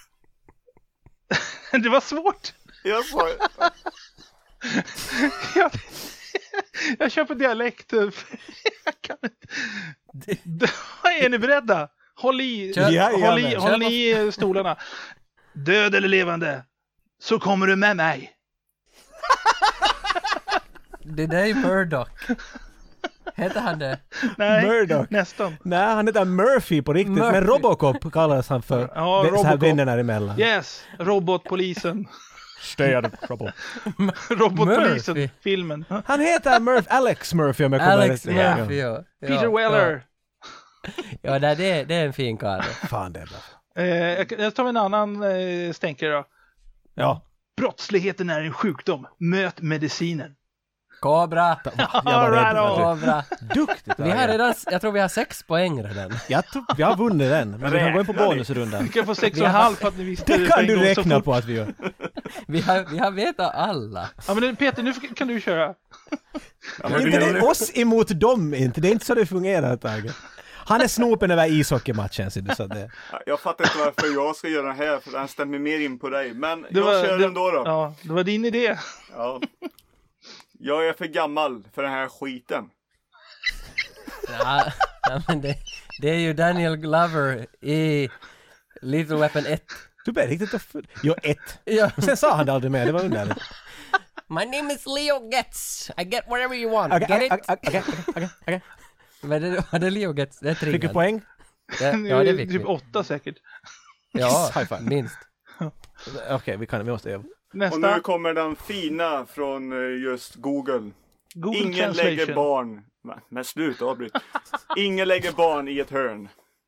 Det var svårt. jag sa Jag kör på dialekt. Jag kan inte. Är ni beredda? Håll i, Kör. håll i stolarna. Död eller levande, så kommer du med mig. Det där är Murdoch. Heter han det? Nej, Murdoch. nästan. Nej, han heter Murphy på riktigt. Murphy. Men Robocop kallas han för. Ja, Så här Robocop. vännerna emellan. Yes, robotpolisen. Stay out of trouble. Robotpolisen, Murphy. filmen. Han heter Alex Murphy om jag kommer Alex rätt. Murphy, ja. Peter Weller. Ja, det är en fin karl. Fan, det är bra. Jag tar en annan stänkare då. Ja. Brottsligheten är en sjukdom. Möt medicinen. Kobra. Jag var rädd. Kobra. Duktigt. Vi har redan, jag tror vi har 6 poäng redan. Jag tror vi har vunnit den. Men vi kan gå in på bonusrundan. Du kan få 6,5 för att ni visste Det på kan en du gång så räkna fort. på att vi gör. Vi har vetat alla. Ja, men Peter, nu kan du köra. Inte det är oss emot dem inte. Det är inte så det fungerar, Tage. Han är snopen över ishockeymatchen, så du sa det. jag fattar inte varför jag ska göra det här, för den stämmer mer in på dig. Men Det jag kör ändå då. Ja, det var din idé. Ja. Jag är för gammal för den här skiten. Ja, men det är ju Daniel Glover i Little Weapon 1. Du blir riktigt Jo, 1. Ja. Sen sa han det aldrig mer, det var underligt. My name is Leo Getz. I get whatever you want. Okej, Get it? okej. Men var det Leo Getz? Det är Fick du trean. poäng? Ja, det fick Typ vi. 8 säkert. Ja, High five. minst. Okej, vi måste öva. Och Nästa. nu kommer den fina från just Google. Google Ingen Translation. lägger barn. Men sluta avbryt. Ingen lägger barn i ett hörn.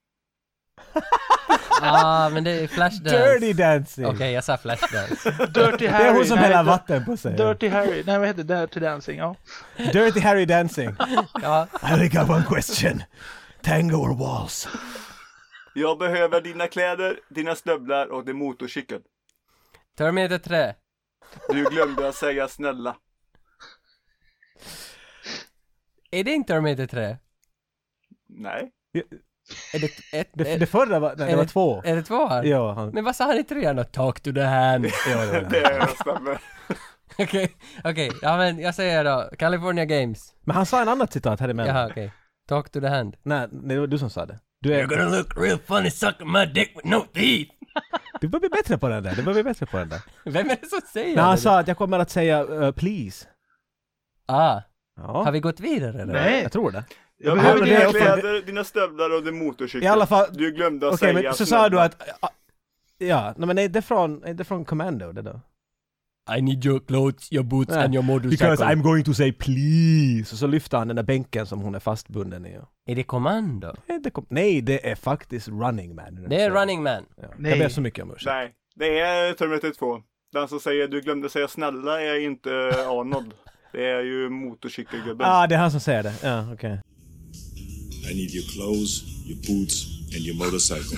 Men det är Flashdance. Dirty Dancing. Okej, jag sa Flashdance. Dirty Harry. Det är hon som Nej, häller vatten på sig. Dirty Harry. Nej, vad heter det? Dirty Dancing, ja. Dirty Harry Dancing. Ja, I only got one question. Tango or waltz? Jag behöver dina kläder, dina stövlar och din motorcykel. Terminator 3. Du glömde att säga snälla. Är det inte Terminator 3? Nej. Är det ett? Det förra var, nej, det var 2. Är det 2 här? Ja, Men vad sa han i 3 då? Talk to the hand. Det stämmer. Okej. Ja, men jag säger då California Games. Men han sa en annat citat här emellan. Jaha, okej. Talk to the hand. Nej, det var du som sa det. Du är... You're gonna look real funny sucking my dick with no teeth. Du börjar bli bättre på den där. Vem är det som säger När han det? sa att jag kommer att säga please. Ja. Ja, Har vi gått vidare eller? Nej. jag tror det. Jag behöver behöver dina det- kläder, dina stövlar och din motorcykel. I alla fall... Du glömde att Okej, säga men så sa du snälla. att... Ja, nej, men är det från Commando det då? I need your clothes, your boots Nej, and your motorcycle. Because I'm going to say please. Och så lyfter han den där bänken som hon är fastbunden i. Är det kommando? Nej, det är faktiskt Running Man. Det är Running Man. Ja. Nej. Jag ber så mycket om ursäkt. Nej, det är Terminator 2. Den som säger du glömde säga snälla är inte Arnold. Det är ju motorcykelgubben. Det är han som säger det. Ja, okej. I need your clothes, your boots, and your motorcycle.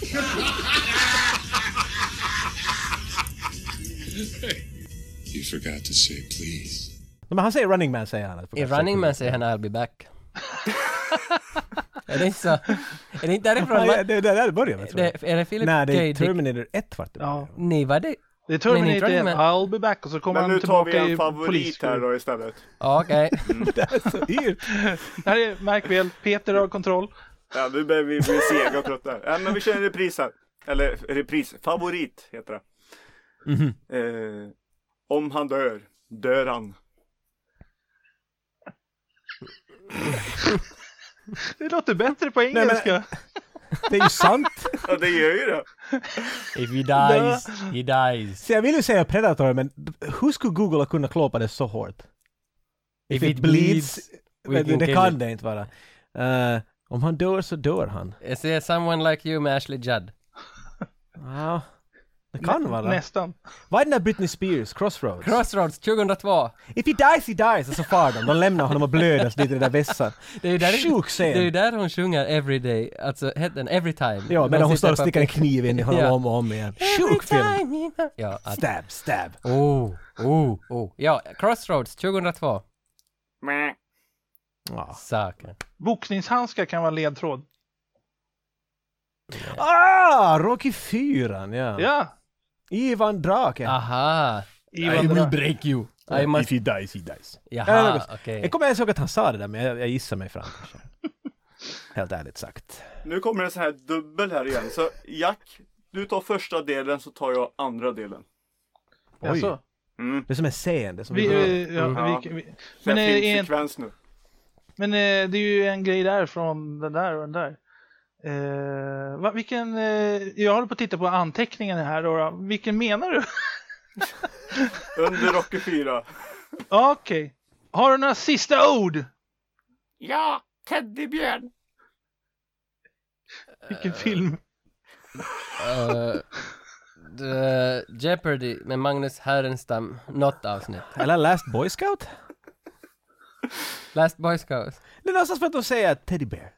You forgot to say please. Men han säger Running Man, säger han. I Running Man säger han I'll be back. Är det inte så? Är det inte därifrån? Ja, det är där det börjar med, tror jag. Är det Philip Nej, det K. är Dick? Terminator 1 vart det. Ja. Nej, vad det? Det är Terminator Running 1, Man. I'll be back och så kommer Men han nu tar vi tillbaka en i favorit här då istället. Okej. Det är så yr. Det här är, märk väl, Peter har kontroll. Ja, nu börjar vi bli sega och trötta. Ja, men vi kör en repris här. Eller repris, favorit heter det. Om han dör han. Det låter bättre på engelska. Det är ju sant. Ja, det gör ju det. If he dies, he dies. Så jag vill ju säga Predator, men hur skulle Google kunna klåpa det så hårt? If it bleeds, we can det kill kan it. det inte vara. Om han dör så dör han. Jag ser Someone Like You med Ashley Judd. Ja, det kan vara. Nästan. Vad är den där Britney Spears? Crossroads? Crossroads 2002. If he dies, och så far de. De lämnar honom och blödas dit i den där vässan. Det är ju där, Sjuk scen. det är ju där hon sjunger Every Day. Alltså, heter den Every Time. Ja, medan hon står och sticker en på- kniv in i honom Ja. om och om igen. Sjuk film. Ja, att, Stab. oh. Ja, Crossroads 2002. Mäh. Ja. Saker. Boxningshandskar kan vara ledtråd. Rocky 4, ja. Ja. Ivan Drake. Aha. Ivan I will Dra- break you. I must... If he dies, he dies. Jaha, okej. Jag kommer ens ihåg att han sa det där, men jag gissar mig fram. Helt ärligt sagt. Nu kommer en sån här dubbel här igen. Så Jack, du tar första delen så tar jag andra delen. Oj. Alltså, Det är som en scen. Det är som vi, en... ja, Ja. men, Men en, filmsekvens nu. men det är ju en grej där från den där och den där. Vilken, jag håller på att titta på anteckningarna här då. Vilken menar du? Under Rocky 4. Okej. Har du några sista ord? Ja, Teddybjörn. Vilken film? Jeopardy med Magnus Härenstam. Något avsnitt. Eller Last Boy Scout? Last Boy Scouts. Det är någonstans för att de säger Teddy Bear.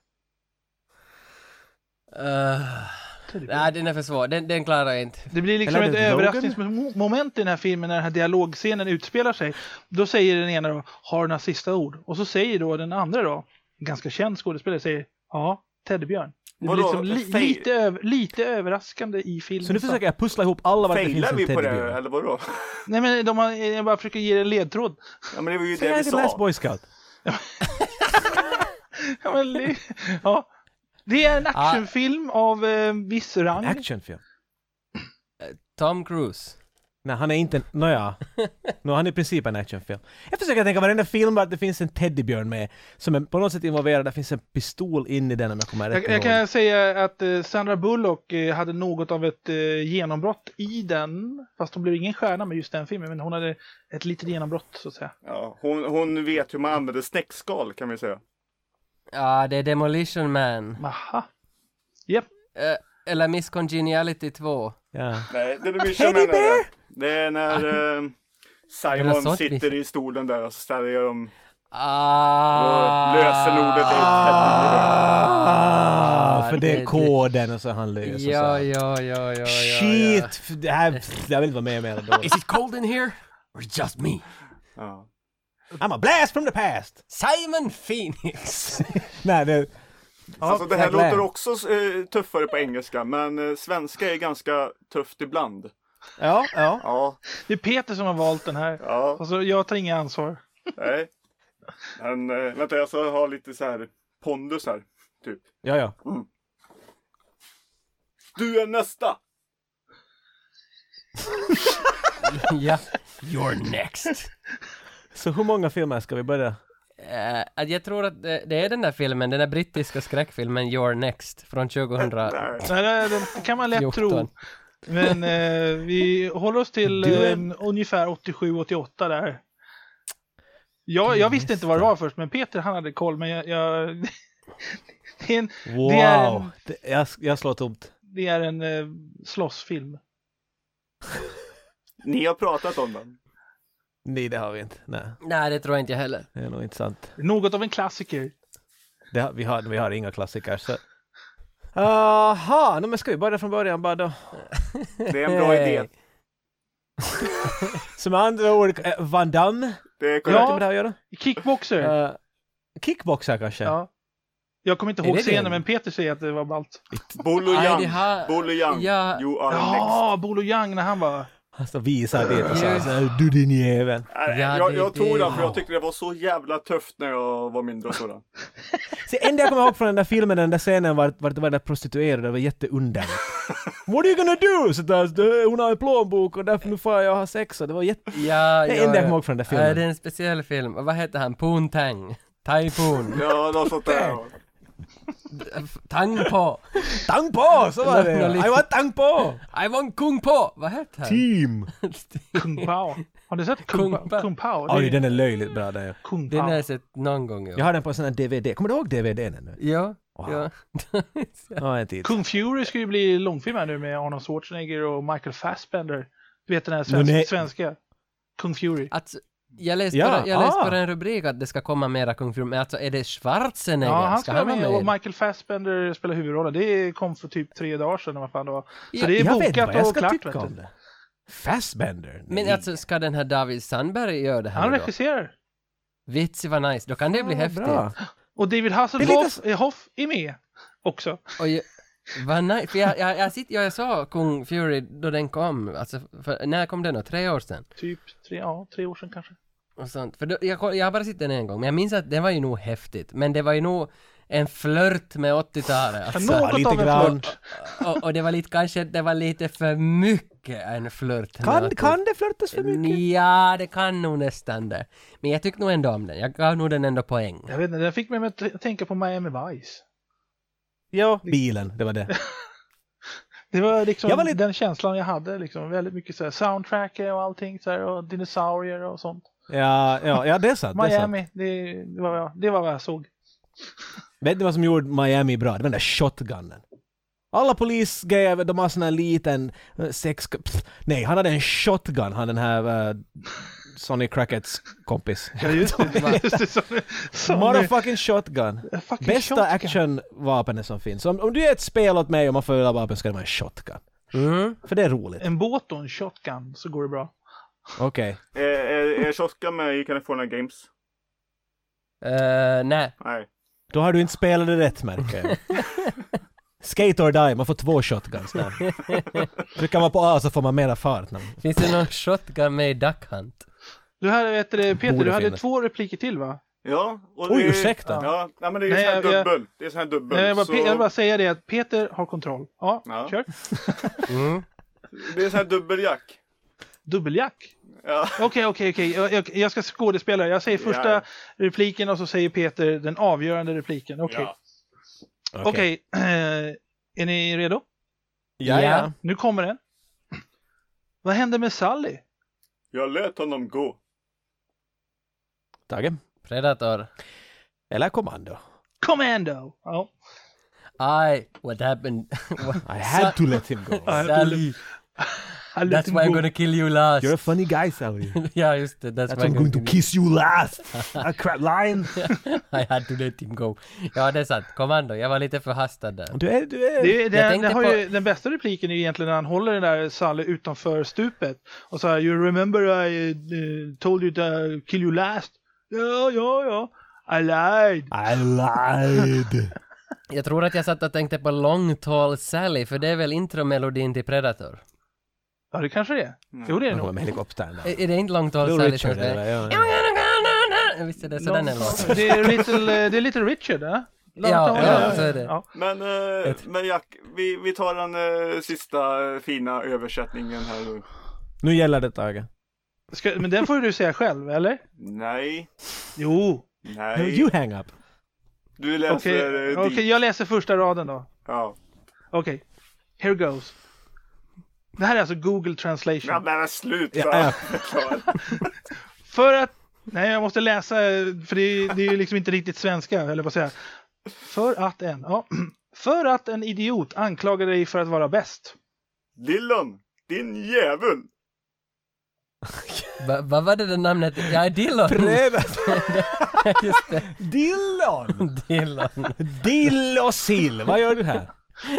Nej, den är för svår. Den klarar jag inte. Det blir liksom Eller ett är det Logan? överraskningsmoment i den här filmen när den här dialogscenen utspelar sig. Då säger den ena då, har du några sista ord? Och så säger då den andra då, en ganska känd skådespelare, säger ja, Teddybjörn. Det blir Vadå? liksom lite överraskande i filmen. Så nu försöker jag pussla ihop alla var det finns Failar en vi på Teddy det Bear. eller vadå? Nej men jag bara försöker ge en ledtråd. Ja, men det var ju Säg det vi till Last sa. Boy Scout. Ja, men, ja. Det är en actionfilm av viss rang. Actionfilm. Tom Cruise. Nej, han är inte... Nåja. Han är i princip en actionfilm. Jag försöker tänka varenda film att det finns en teddybjörn med som är på något sätt involverad. Det finns en pistol in i den om jag kommer rätt Jag ihåg. kan säga att Sandra Bullock hade något av ett genombrott i den. Fast hon blev ingen stjärna med just den filmen. Men hon hade ett litet genombrott så att säga. Ja, hon vet hur man använder snäckskal kan vi säga. Ja, det är Demolition Man. Aha. Japp. Eller Miss Congeniality 2. Ja. Nej, det är det är när Den har Simon sånt sitter i stolen där och så ställer de Ah. lösenordet är För det är koden och så han löser Ja. Shit! Det här... Jag vill inte vara med mer då. Is it cold in here? Or just me? Ja. I'm a blast from the past! Simon Phoenix. Nej, det... Alltså det här låter också tuffare på engelska, men svenska är ganska tufft ibland. Ja. Det är Peter som har valt den här. Ja. Alltså, jag tar inga ansvar. Nej. Men vänta, jag ska ha lite så här pondus här, typ. Ja. Du är nästa! Ja, you're next. Så hur många filmer ska vi börja? Jag tror att det är den där filmen, den där brittiska skräckfilmen You're Next från 2000. Nej, det kan man lätt 14. tro. Men vi håller oss till ungefär 87-88 där. Jag visste inte vad det var först, men Peter han hade koll. Men jag slår tomt. Det är en slåssfilm. Ni har pratat om den. Nej, det har vi inte. Nej, det tror jag inte jag heller. Det är nog inte sant. Något av en klassiker. Vi har inga klassiker. Så. Aha, men ska vi börja från början bara då? Det är en bra idé. Som andra ord, Van Damme. Det är korrekt. Med det här att göra? Kickboxer. Kickboxer kanske? Ja. Jag kommer inte ihåg det scenen, det? men Peter säger att det var ballt. Bolo Young. Ja. You are Ja, next. Bolo Young när han var... Alltså visar det och så du din jävel. Jag tog den för jag tyckte det var så jävla tufft när jag var mindre och sådär. Så enda jag kommer ihåg från den där filmen, den där scenen var det var den där prostituerade, det var jätteunderligt. What are you gonna do? Så där, hon har en plånbok och därför nu får jag ha sex. Och det var det enda jag kommer ihåg från den där filmen. Det är en speciell film. Vad heter han? Poontang. Tai Poon. Ja, något sånt där. Tang på. Tang på, så var det. I want tang på. I want kung på. Vad heter han? Team. Kung Pao. Har du sett Kung Pao? Oj, den är löjligt bra där. Kung Den Pao. har jag sett någon gång. Jag har den på en sån här DVD. Kommer du ihåg DVD:n nu? Ja. Wow. Ja. Ja, en tid. Kung Fury ska ju bli långfilm här nu med Arnold Schwarzenegger och Michael Fassbender. Du vet den här svenska Kung Fury. Alltså, jag läste bara en rubrik att det ska komma mera Kung Fury, men alltså är det Schwarzenegger? Ja, han ska vara vara med och Michael Fassbender spelar huvudrollen. Det kom för typ 3 dagar sedan vad fan det var. Så det är bokat och klart. Vet du. Fassbender. Men alltså, ska den här David Sandberg göra det här Han då? regisserar. Vitsi vad nice, då kan det bli häftigt. Bra. Och David Hasselhoff är med också. Och vad nice, för jag såg Kung Fury då den kom, alltså, när kom den då? 3 år sedan? Typ 3 år sedan kanske. Och sånt. För då, jag har bara sett den en gång, men jag minns att det var ju nog häftigt. Men det var ju nog en flört med 80-talet. Alltså. Något lite av en grann. flört. Och det var lite, kanske det var lite för mycket en flört. Kan det flörtas för mycket? Ja, det kan nog nästan det. Men jag tyckte nog ändå om den. Jag gav nog den ändå poäng. Jag vet inte, den fick mig att tänka på Miami Vice. Ja, bilen, det var det. Det var liksom den känslan jag hade. Liksom, väldigt mycket så här, soundtrack och allting. Så här, och dinosaurier och sånt. Ja, det är sant. Miami, det var vad jag såg. Vet ni vad som gjorde Miami bra? Det var den där shotgunnen. Alla polisgrejer, de har sån här liten nej, han hade en shotgun, han den här Sonny Crackett's kompis. Ja, just det. Motherfucking shotgun. Bästa actionvapnet som finns. Om du är ett spel åt mig och man får öla vapen ska det vara en shotgun. För det är roligt. En båt och en shotgun så går det bra. Okej. Är shotgun med i California Games? Nej. Då har du inte spelat det rätt, märker jag. Skate or die, man får 2 shotguns där. Trycker man på A så får man mera fart. Finns det någon shotgun med i Duck Hunt? Du hade, Peter, Borde du hade finnas. 2 repliker till va? Ja. Och Oj, ursäkta. Ja, nej, men det är ju så här dubbel. Det är så här dubbel. Jag vill bara säga det att Peter har kontroll. Ja. Kör. Det är så här dubbeljack. Dubbeljack? Ja. Okej. Jag ska skådespela. Jag säger första repliken och så säger Peter den avgörande repliken. Okej. Är ni redo? Ja. Nu kommer den. Vad hände med Sally? Jag lät honom gå. Tage. Predator. Eller Commando. Commando! Ja. What happened? I had to let him go. Sally. That's why I'm gonna kill you last. You're a funny guy, Sally. Ja, just det. That's why I'm going to kiss you last. A crap line. I had to let him go. Ja, det är sant. Kommando. Jag var lite förhastad där. Du är... Det har ju, den bästa repliken är ju egentligen när han håller den där Sally utanför stupet. Och så här, you remember I told you to kill you last? Ja. I lied. Jag tror att jag satt och tänkte på Long Tall Sally, för det är väl intromelodin till Predator. Ja, det kanske det är. Jo, det är det nog. Med helikoptern där. Är det inte Long Tall Little Sally Richard som spelar? eller? Ja. Visst är det så den är låten? Det är lite Richard, ja? Ja, så är det. Ja. Men Jack, vi tar den sista fina översättningen här nu. Nu gäller det, Tage. Men den får du säga själv, eller? Nej. Jo. Nej. You hang up. Du läser Okej, jag läser första raden då. Ja. Okej. Here goes. Det här är alltså Google Translation. Ja, men sluta. Ja. För att... Nej, jag måste läsa, för det är ju liksom inte riktigt svenska, eller vad säger jag. För att en idiot anklagar dig för att vara bäst. Dillon, din jävel. Vad var det där namnet? Ja, Dillon. Just det. Dillon. Dillosil. Vad gör du här?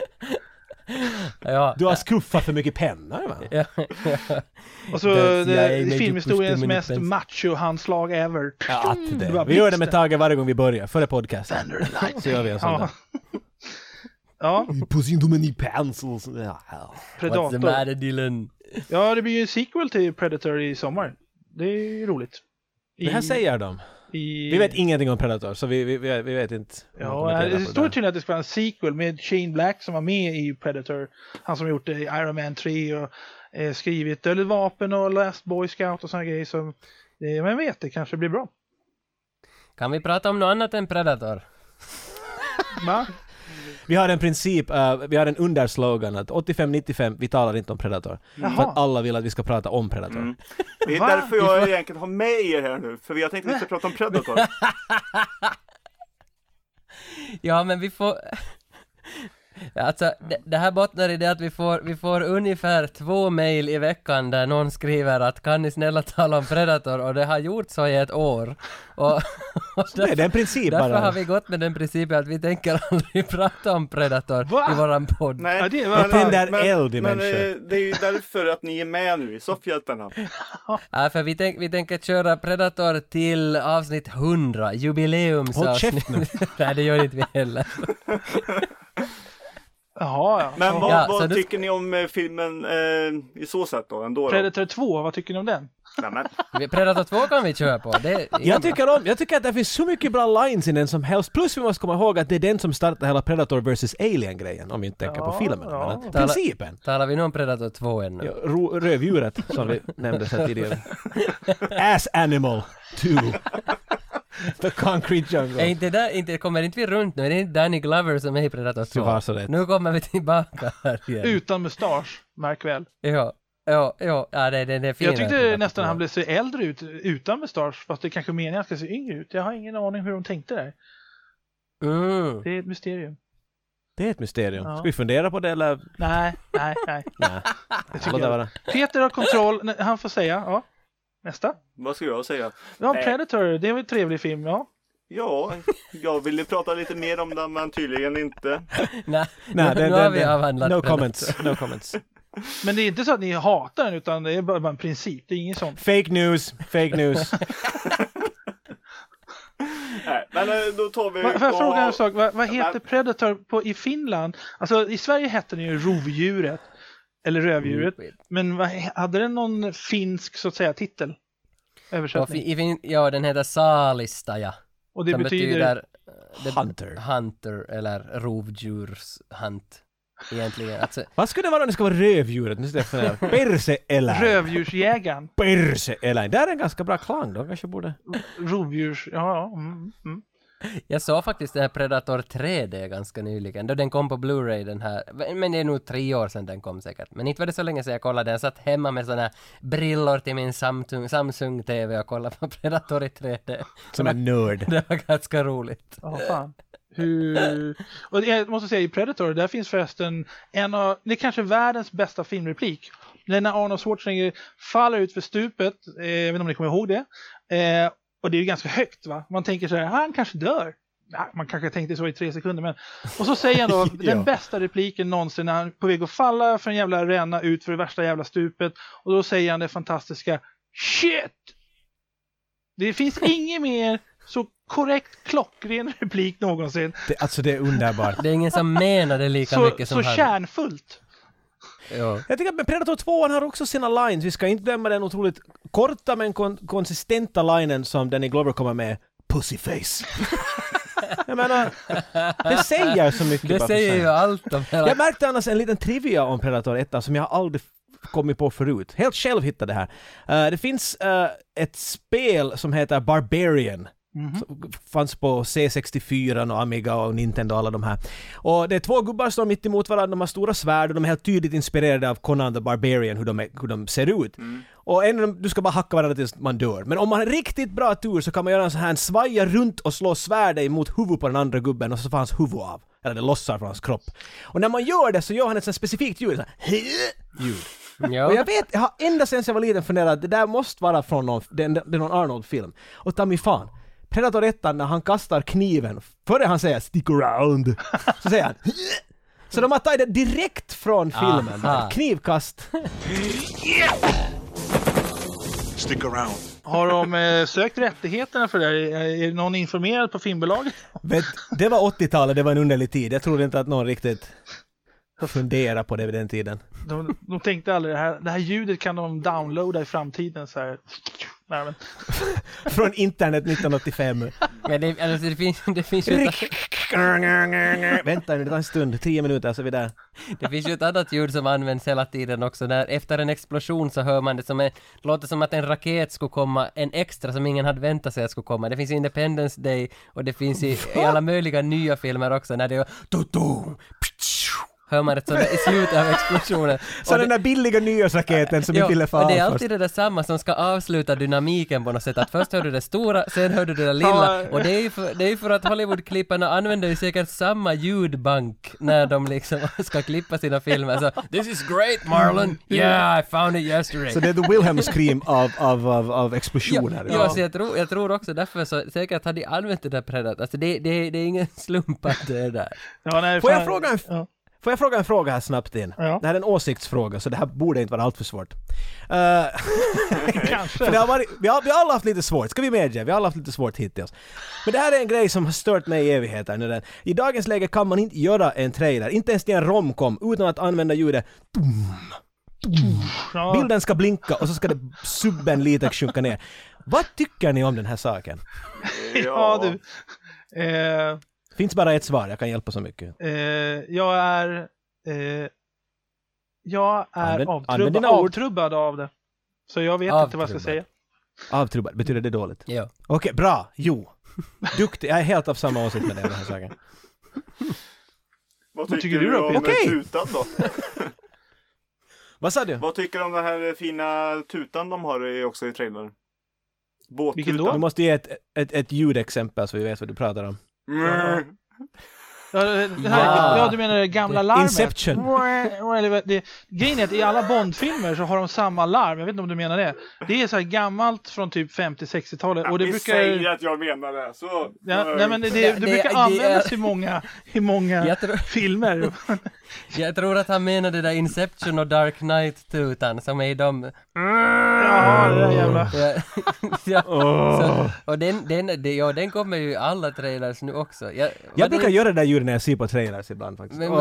Ja. Du har skuffat för mycket pennor, va? Ja. Och så filmhistoriens mest macho-handslag ever. Ja, det. Vi gör det med Tage varje gång vi börjar, före podcasten. Så gör vi en sån där. Ja. Puss in too many pencils. Predator. What's the matter, Dylan? Ja, det blir ju en sequel till Predator i sommar. Det är ju roligt. Det här säger de. Vi vet ingenting om Predator, så vi vet inte. Ja, det står tydligen att det ska vara en sequel med Shane Black som var med i Predator. Han som gjort Iron Man 3 och skrivit Dödligt vapen och Last Boy Scout och såna grejer. Så men vet, det kanske blir bra. Kan vi prata om något annat än Predator? Va? Vi har en princip, vi har en underslogan att 85-95, vi talar inte om Predator. För att alla vill att vi ska prata om Predator. Det är därför jag egentligen har med er här nu. För vi har tänkt att vi ska prata om Predator. Ja, men vi får... Alltså, det här bottnar i det att vi får ungefär 2 mejl i veckan där någon skriver att kan ni snälla tala om Predator, och det har gjort så i ett år. Och därför, det är en princip därför bara. har vi gått med den principen att vi tänker aldrig prata om Predator i våran podd. Nej, jag tänder eld i människor. Det är ju därför att ni är med nu i Soffhjältarna. Ja, för vi tänker köra Predator till avsnitt 100, jubileumsavsnitt. Håll käft nu. Nej, det gör inte vi heller. Jaha, ja. Men vad så tycker ni om filmen i så sätt då? Ändå då? Predator 2, vad tycker ni om den? Predator 2 kan vi köra på. Jag tycker att det finns så mycket bra lines i den som helst. Plus vi måste komma ihåg att det är den som startar hela Predator vs. Alien-grejen. Om vi inte tänker på filmen. Ja. Men principen. Talar vi nu om Predator 2 ännu? Ja, rövdjuret som vi nämnde så tidigare. Ass Animal 2. The Concrete Jungle. Inte kommer inte vi runt nu. Det är inte Danny Glover som är i Predator 2. Du har så rätt. Nu kommer vi tillbaka här igen. Utan mustasch, märk väl. Ja, det är fint. Jag tyckte nästan han blev så äldre ut utan mustasch, fast det kanske meningen att han ska se yngre ut. Jag har ingen aning hur de tänkte där. Det är ett mysterium. Det är ett mysterium. Ja. Ska vi fundera på det eller? Nej. Låt det vara. Peter har kontroll, han får säga. Ja. Nästa. Vad ska jag säga? Ja, Predator, det är väl en trevlig film, ja. Ja, jag ville prata lite mer om den, men tydligen inte. Nej, nu har vi avhandlat No comments. Men det är inte så att ni hatar den, utan det är bara en princip. Det är ingen sån. Fake news. Nej, men då tar vi... Får jag fråga en sak? Vad heter Predator i Finland? Alltså, i Sverige hette den ju rovdjuret. Eller rövdjuret. Men hade den någon finsk, så att säga, titel? Översättning? Ja, den heter Saalistaja. Och det betyder... Hunter, eller rovdjurshunt. Egentligen. Alltså... Vad skulle det vara om det ska vara rövdjuret? Nu ska jag Perse-eläin. Rövdjursjägaren. Perse-eläin. Det är en ganska bra klang då. Kanske borde... Rovdjurs... Ja. Jag såg faktiskt den här Predator 3D ganska nyligen. Då den kom på Blu-ray den här. Men det är nog 3 år sedan den kom säkert. Men inte var det så länge sedan jag kollade den. Jag satt hemma med såna här brillor till min Samsung-TV och kollade på Predator i 3D. Som en nörd. Det var ganska roligt. Ja, fan. Och jag måste säga, i Predator, där finns förresten det är kanske världens bästa filmreplik. När Arnold Schwarzenegger faller ut för stupet, jag vet inte om ni kommer ihåg det, och det är ju ganska högt, va? Man tänker så här, han kanske dör. Ja, man kanske tänkte så i 3 sekunder, men... Och så säger han då den bästa repliken någonsin när han är på väg att falla för en jävla ränna ut för det värsta jävla stupet, och då säger han det fantastiska: shit! Det finns inget mer Så korrekt, klockren replik någonsin. Det är underbart. Det är ingen som menar det lika mycket som så han. kärnfullt. Ja. Jag tycker att Predator 2 har också sina lines. Vi ska inte glömma den otroligt korta men konsistenta linen som Danny Glover kommer med. Pussyface. Jag menar, det säger så mycket. Det säger ju allt om hela... Jag märkte annars en liten trivia om Predator 1 som jag aldrig kommit på förut. Helt själv hittade det här. Det finns ett spel som heter Barbarian. Fanns på C64 och Amiga och Nintendo och alla de här. Och det är två gubbar som står mitt emot varandra, de har stora svärd och de är helt tydligt inspirerade av Conan the Barbarian, hur de ser ut. Och du ska bara hacka varandra tills man dör. Men om man har riktigt bra tur så kan man göra en sån här svaja runt och slå svärdet mot huvudet på den andra gubben och så får hans huvud av. Eller det lossar från hans kropp. Och när man gör det så gör han ett sånt specifikt ljud. Ljud. Ja. Och jag har ända sedan jag var liten funderat att det där måste vara från det är någon Arnold-film. Och ta mig fan. Predator 1 när han kastar kniven, före han säger stick around, så säger han så de har tagit det direkt från filmen. Knivkast. Stick around. Har de sökt rättigheterna för det? Är någon informerad på filmbolaget? Det var 80-talet, det var en underlig tid. Jag tror inte att någon riktigt funderar på det vid den tiden. De tänkte aldrig det här ljudet kan de downloada i framtiden så här. Nej, men. Från internet 1985. Men det finns ju Vänta nu, det tar en stund, 10 minuter så är vi där. Det finns ju ett annat ljud som används hela tiden också. Efter en explosion så hör man det som låter som att en raket skulle komma, en extra som ingen hade väntat sig att skulle komma. Det finns i Independence Day och det finns i alla möjliga nya filmer också när det är hör man det sådär i slutet av explosionen. Så den där billiga nyårsraketen som inte ville få av. Och det är alltid det där samma som ska avsluta dynamiken på något sätt. Att först hör du det stora, sen hör du det där lilla. Och det är ju för att Hollywood-klipparna använder ju säkert samma ljudbank när de liksom ska klippa sina filmer. Så, this is great Marlon! Yeah, I found it yesterday. Så det är the Wilhelm scream av explosioner. Ja, så jag tror också därför så säkert hade de använt det där Predator. Alltså det är ingen slump att det är där. Ja, nej, Får jag fråga en fråga här snabbt in? Ja. Det här är en åsiktsfråga så det här borde inte vara allt för svårt. Kanske. För vi har alla haft lite svårt, ska vi medge? Vi har alla haft lite svårt hittills. Men det här är en grej som har stört mig i evigheter. I dagens läge kan man inte göra en trailer, inte ens till en romcom, utan att använda ljudet. Ja. Bilden ska blinka och så ska det subben lite sjunka ner. Vad tycker ni om den här saken? Ja, du. Finns bara ett svar, jag kan hjälpa så mycket. Jag är avtrubbad av det. Så jag vet inte vad jag ska säga. Avtrubbad, betyder det dåligt? Ja. Okej, bra. Jo. Duktig, jag är helt av samma åsikt med den här saken. Vad tycker du om tutan då? Vad sa du? Vad tycker du om den här fina tutan de har också i trailern? Båttutan. Du måste ge ett ljudexempel så vi vet vad du pratar om. Ja, du menar det gamla larmet. Inception. Grejen är att i alla Bond-filmer så har de samma larm. Jag vet inte om du menar det. Det är så här gammalt från typ 50-60-talet. Ja, och det vi brukar... säger att jag menar det. Så, nej, men det brukar användas i många filmer. Jag tror att han menar det där Inception och Dark Knight-tutan som är i dem... Ja, det där jävla... Och den kommer ju i alla trailers nu också. Jag brukar göra det där ljudet när jag ser på trailers ibland faktiskt. Men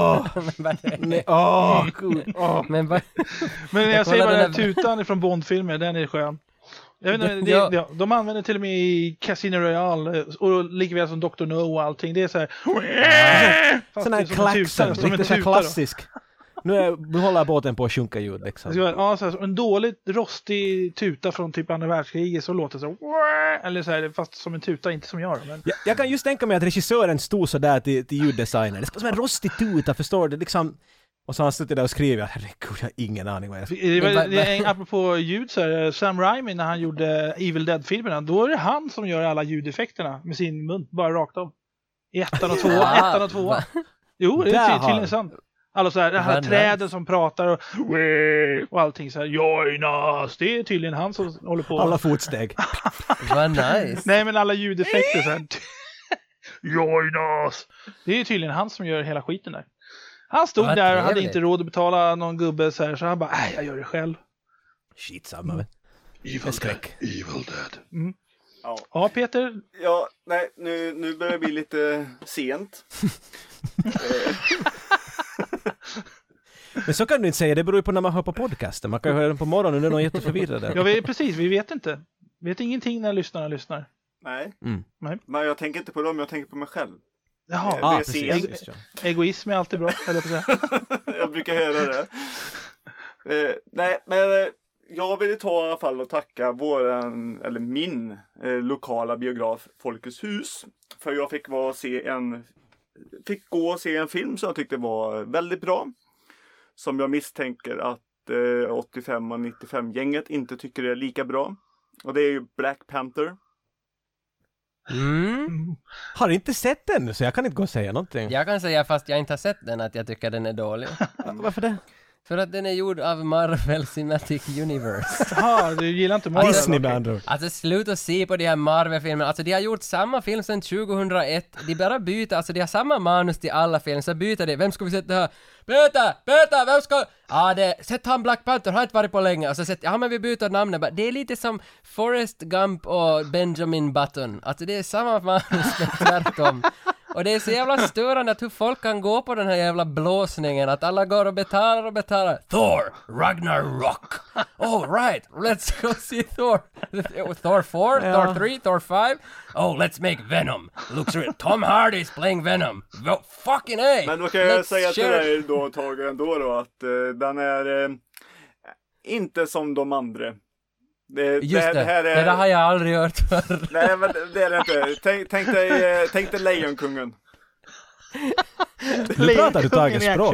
jag säger bara den tutan från Bond-filmer, den är skön. Jag vet inte, de använder till och med i Casino Royale och likväl som Dr. No och allting. Det är så här... Sån här klaxon, riktigt klassisk. Nu håller båten på att sjunka ljud liksom. Ja, så här, en dåligt rostig tuta från typ andra världskriget så låter det så eller så här, fast som en tuta, inte som jag. Men... Jag kan just tänka mig att regissören stod så där till ljuddesignen. Det ska vara som en rostig tuta, förstår du? Liksom... Och så har han suttit där och skrivit, herregud, jag har ingen aning vad jag ska... Apropå ljud så här, Sam Raimi när han gjorde Evil Dead-filmerna, då är det han som gör alla ljudeffekterna med sin mun, bara rakt av. I ettan och tvåan. Jo, det är tydligen sant. Alltså så här, det här träden som pratar och allting så här, joinas, det är tydligen han som håller på. Alla fotsteg. Vad nice. Nej, men alla ljudeffekter så här. Joinas. Det är tydligen han som gör hela skiten där. Han stod där och hade inte råd att betala någon gubbe så här, så han bara, jag gör det själv. Shit samma. Evil Dead. Mm. Ja, Peter. Ja, nej, nu börjar det bli lite sent. Men så kan du inte säga, det beror ju på när man hör på podcasten. Man kan ju höra den på morgonen och nu är någon jätteförvirrad. Ja, precis, vi vet inte. Vi vet ingenting när lyssnarna lyssnar. Nej. Nej. Men jag tänker inte på dem, jag tänker på mig själv. Jaha, precis. Egoism är alltid bra, eller på att säga. Jag brukar höra det. Nej, men jag vill ta i alla fall och tacka min lokala biograf Folkets hus. För jag fick gå och se en film som jag tyckte var väldigt bra. Som jag misstänker att 85 och 95-gänget inte tycker är lika bra. Och det är ju Black Panther. Har inte sett den, så jag kan inte gå och säga någonting. Jag kan säga, fast jag inte har sett den, att jag tycker den är dålig. Varför det? För att den är gjord av Marvel Cinematic Universe. Jaha, du gillar inte Marvel? Disney med andra ord. Alltså sluta se på de här Marvel-filmerna. Alltså de har gjort samma film sedan 2001. De bara byter, alltså de har samma manus till alla filmer. Så byter de, vem ska vi sätta här? Peter, vem ska... sätt han Black Panther, har inte varit på länge. Och så men vi byter namnet. Det är lite som Forrest Gump och Benjamin Button. Alltså det är samma manus, men tvärtom. Och det är så jävla störande att hur folk kan gå på den här jävla blåsningen, att alla går och betalar. Thor, Ragnarok. Oh right, let's go see Thor. Thor 4, Thor 3, Thor 5. Oh, let's make Venom. Looks real. Tom Hardy is playing Venom. Fucking A. Men då kan jag säga till dig då, Tage, ändå att den är inte som de andra. Det där har jag aldrig hört förr. Nej, men det är det inte. Tänk dig Lejonkungen. Nu pratar du Tages språk.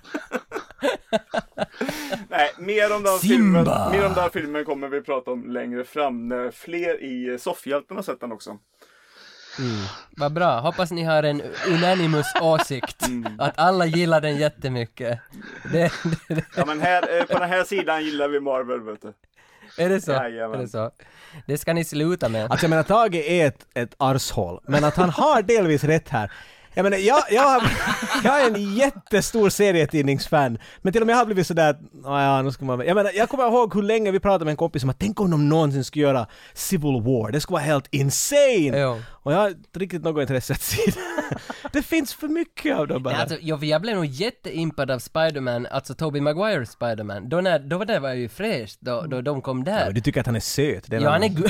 Nej, mer om den filmen kommer vi prata om längre fram. När fler i Soffhjälten har sett den också. Vad bra, hoppas ni har en unanimous åsikt. Att alla gillar den jättemycket. Ja, men på den här sidan gillar vi Marvel, vet du. Är det så? Jajamän. Är det så? Det ska ni sluta med. Alltså jag menar, Tage är ett arshål, men att han har delvis rätt här. Jag menar, jag är en jättestor serietidningsfan, men till och med jag har blivit sådär nu ska man... Jag menar, jag kommer ihåg hur länge vi pratade med en kompis om att tänk om de någonsin skulle göra Civil War. Det skulle vara helt insane! Jo. Och jag har inte riktigt något intresse att se det. Det finns för mycket av dem bara. Nej, alltså, jag blev nog jätteimpad av Spider-Man, alltså Tobey Maguires Spider-Man. Då var jag ju fräscht, då de kom där. Ja, du tycker att han är söt. Ja, han är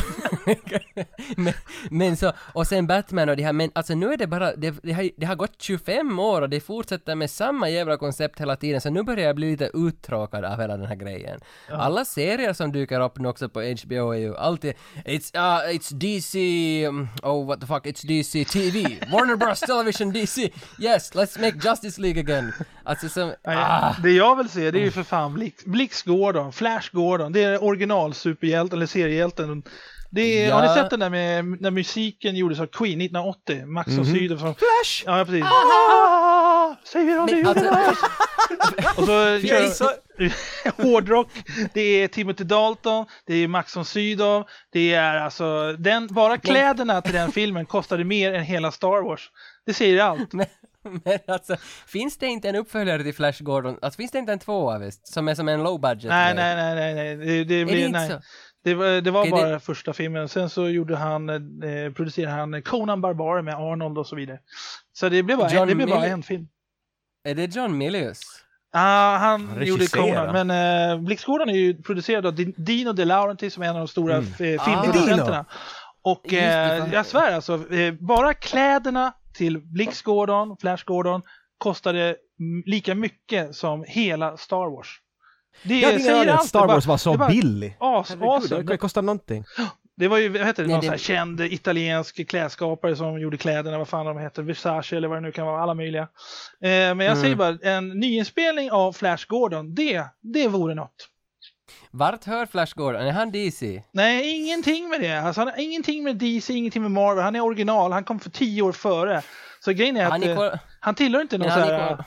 men så, och sen Batman och det här, men alltså nu är det bara, det har gått 25 år och det fortsätter med samma jävla koncept hela tiden, så nu börjar jag bli lite uttråkad av hela den här grejen. Ja. Alla serier som dyker upp nu också på HBO är ju alltid, it's DC, what the fuck, it's DC TV, Warner Bros. Television DC, yes, let's make Justice League again. Alltså som, Det jag vill se, det är ju för fan Blix Gordon, Flash Gordon, det är original superhjälten eller seriehjälten. Det är, har ni sett den där med när musiken gjordes av Queen 1980? Max och Sydow från Flash! Ja, precis. Säger de det? Och så hårdrock. Det är Timothy Dalton, det är Max von Sydow. Det är alltså bara kläderna till den filmen kostade mer än hela Star Wars. Det säger allt. Men alltså, finns det inte en uppföljare till Flash Gordon? Alltså, finns det inte en tvåa visst? Som är som en low budget? Nej. Det blir nej. Det var bara första filmen. Sen så producerade han Conan Barbar med Arnold och så vidare. Så det blev bara en film. Är det John Milius? Han gjorde Conan. Men Blix Gordon är ju producerad av Dino De Laurentiis som är en av de stora filmproducenterna. Och jag svär alltså, bara kläderna till Blix Gordon, Flash Gordon kostade lika mycket som hela Star Wars. Jag säger att Star Wars var så billig. Awesome. Det kostar någonting. Det var ju, vad heter det, någon sån här känd italiensk klädskapare som gjorde kläderna, vad fan de heter, Versace eller vad det nu kan vara, alla möjliga. Men jag säger bara, en nyinspelning av Flash Gordon, det vore något. Vart hör Flash Gordon? Är han DC? Nej, ingenting med det. Alltså, han har ingenting med DC, ingenting med Marvel. Han är original, han kom för 10 år före. Så grejen är att han tillhör inte någon så här...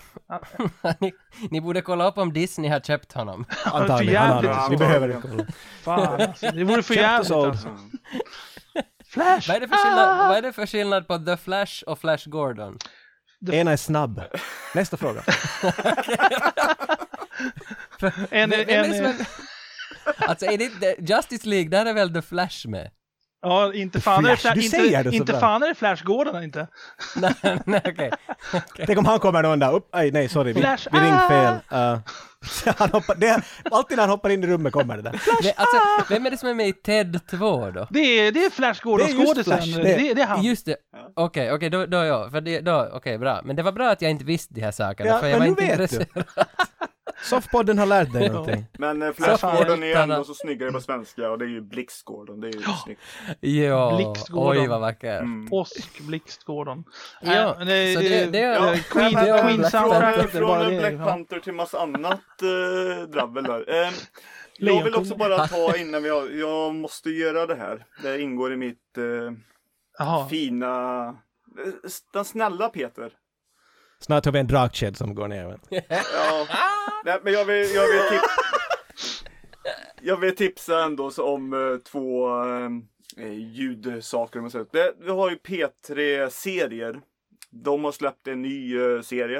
Ni borde kolla upp om Disney har köpt honom. Antagligen. Vi behöver det kolla. Fan, alltså, det vore för jävligt alltså. Flash! Vad är det för skillnad på The Flash och Flash Gordon? Ena är snabb. Nästa fråga. Alltså är det Justice League, där är väl The Flash med? Ja, inte fan är det Flashgårdarna inte. Nej, okej. Tänk om han kommer någon där upp. Nej, sorry. Vi ringde fel. Alltid när han hoppar in i rummet kommer det där. Vem är det som är med i Ted 2 då? Det är Flash Gordon-skådisen. Det är han. Just det. Okej, då jag. Okej, bra. Men det var bra att jag inte visste de här sakerna. Ja, för jag var men inte nu vet intresserad. Softpodden har lärt dig någonting. Men Flash Gordon är ändå så snyggare på svenska och det är ju Blixt Gordon. Det är ju snyggt. Ja, Blixt Gordon. Oj vad vacker. Påsk Blixt Gordon. Ja, så det är Queen soundtrack. Från Black Panther till massa annat drabbel där. Jag vill också bara ta innan jag måste göra det här. Det ingår i mitt fina... Den snälla Peter. Snart har vi en drakked som går ner. Ja. Nej, men jag vill tipsa ändå om två ljudsaker. Vi har ju P3-serier. De har släppt en ny serie.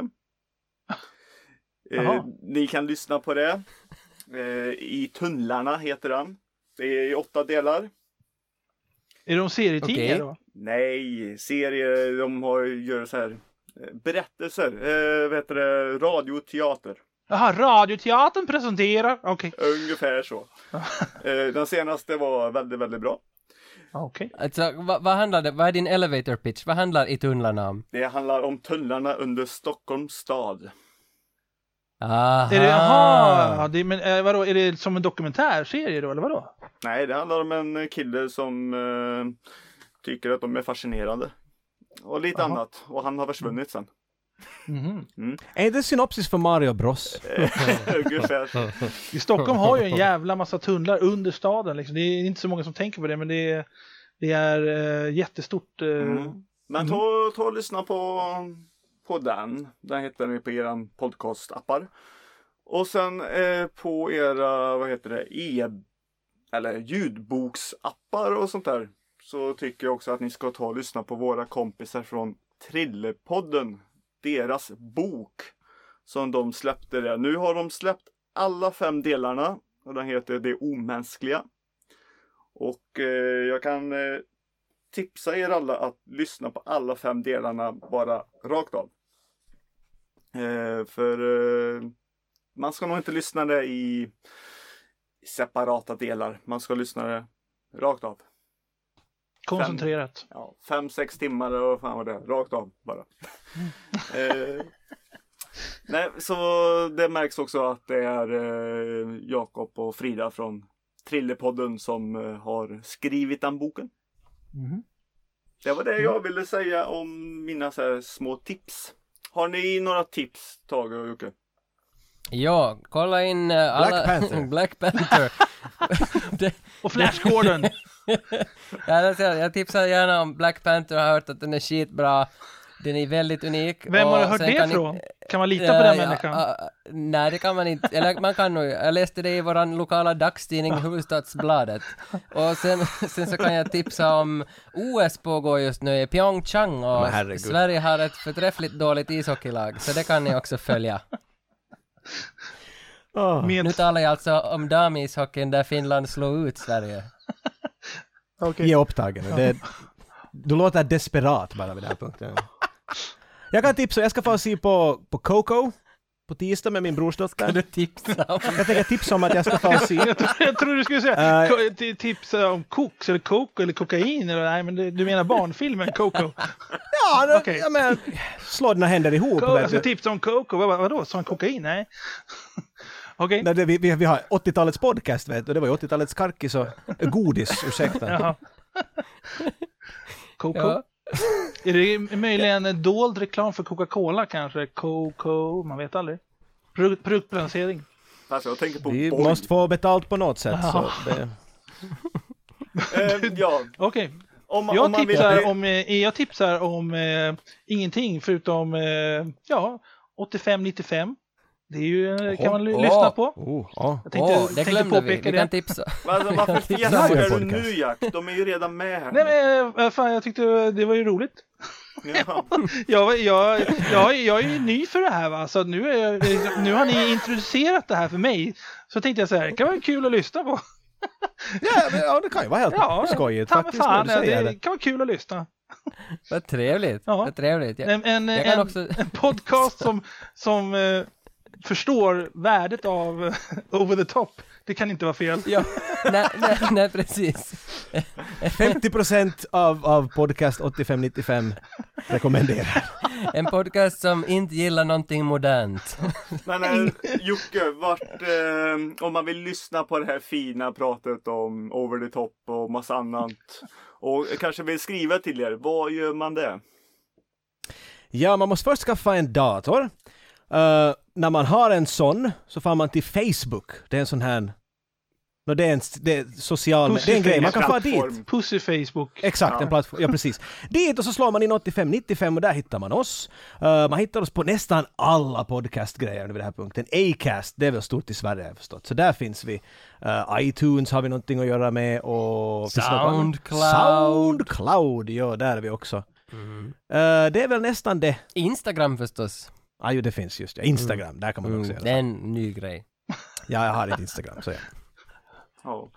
Ni kan lyssna på det. I tunnlarna heter den. Det är i 8 delar. Är de serietidningar då? Nej, serier. De gör så här berättelser. Radioteater. Jaha, radioteatern presenterar. Okej. Ungefär så. Den senaste var väldigt, väldigt bra. Okej. Alltså, vad handlar det? Vad är din elevator pitch? Vad handlar i tunnlarna om? Det handlar om tunnlarna under Stockholms stad. Aha. Är det, men vadå, är det som en dokumentärserie då, eller vadå? Nej, det handlar om en kille som tycker att de är fascinerande. Och lite annat. Och han har försvunnit sen. Är det synopsis för Mario Bros? Ungefär. I Stockholm har ju en jävla massa tunnlar under staden. Liksom. Det är inte så många som tänker på det, men det är jättestort. Men ta och lyssna på den. Den heter ni på era podcast-appar. Och sen på era, eller ljudboksappar och sånt där. Så tycker jag också att ni ska ta och lyssna på våra kompisar från Trillepodden. Deras bok som de släppte där. Nu har de släppt alla 5 delarna. Och den heter Det omänskliga. Och jag kan tipsa er alla att lyssna på alla 5 delarna bara rakt av. För man ska nog inte lyssna det i separata delar. Man ska lyssna det rakt av. Koncentrerat. 5-6 timmar och fan vad det är. Rakt av bara. Nej, så det märks också att det är Jakob och Frida från Trillepodden som har skrivit den boken. Det var det jag ville säga om mina så här små tips. Har ni några tips, Tage och Jocke? Ja, kolla in alla... Black Panther. Och Flash Gordon. Jag tipsar gärna om Black Panther. Jag har hört att den är skitbra. Den är väldigt unik. Vem har du hört det från? Kan man lita på den människan? Nej, det kan man inte. Eller man kan nog. Jag läste det i våran lokala dagstidning Huvudstadsbladet. Och sen så kan jag tipsa om OS pågår just nu i Pyeongchang. Och Sverige har ett förträffligt dåligt ishockeylag. Så det kan ni också följa. Nu talar jag alltså om damishockeyn där Finland slog ut Sverige. Okay. Ge upptagen. Du låter desperat bara vid den här punkten. Jag kan tipsa, jag ska få se på Coco på tisdag med min brorsdotter. Ska du tipsa om? Jag tänker tipsa om att jag ska få se. Jag tror du skulle säga tipsa om koks eller coke eller kokain eller nej, men du menar barnfilmen Coco. Ja, okay. Ja, men slå dina händer ihop. Jag ska tipsa om Coco. Vadå? Sa han kokain? Nej. Okej. Okay. Vi har 80-talets podcast, vet du. Det var ju 80-talets karkis och godis, ursäkta. Jaha. Coco. Ja. Är det möjligen en dold reklam för Coca-Cola kanske? Coco, man vet aldrig. Produktbalansering. Alltså, jag tänker på vi måste få betalt på något sätt. Så det... ja. Okej. Jag tipsar om ingenting förutom 85-95. Det är ju, kan man lyssna på. Det glömde vi. Vi kan tipsa. Varför fjäskar du nu, Jack? De är ju redan med här. Nej, men fan, jag tyckte det var ju roligt. Ja. jag är ju ny för det här, va? Så nu har ni introducerat det här för mig. Så tänkte jag så här, det kan vara kul att lyssna på. Ja, det kan ju vara helt skojigt faktiskt. Fan, när du säger det kan vara kul att lyssna. Vad trevligt. Ja. Vad trevligt. En podcast som förstår värdet av Over the Top. Det kan inte vara fel. Ja, nej, precis. 50% av podcast 85-95 rekommenderar. En podcast som inte gillar någonting modernt. Men Jocke, om man vill lyssna på det här fina pratet om Over the Top och massa annat och kanske vill skriva till er, vad gör man det? Ja, man måste först skaffa en dator. När man har en sån så får man till Facebook. Det är en sån här... Det är social... Det är en grej, man kan få dit. Pussy Facebook. Exakt, en plattform. Ja, precis. Dit och så slår man in 85-95 och där hittar man oss. Man hittar oss på nästan alla podcastgrejer vid den här punkten. Acast, det är väl stort i Sverige, jag har förstått. Så där finns vi. iTunes har vi någonting att göra med och... Soundcloud, ja, där är vi också. Det är väl nästan det. Instagram förstås. Ja, jo, det finns just. Ja, Instagram, där kan man också göra. Det är en ny grej. Ja, jag har inte Instagram, så ja. Ja.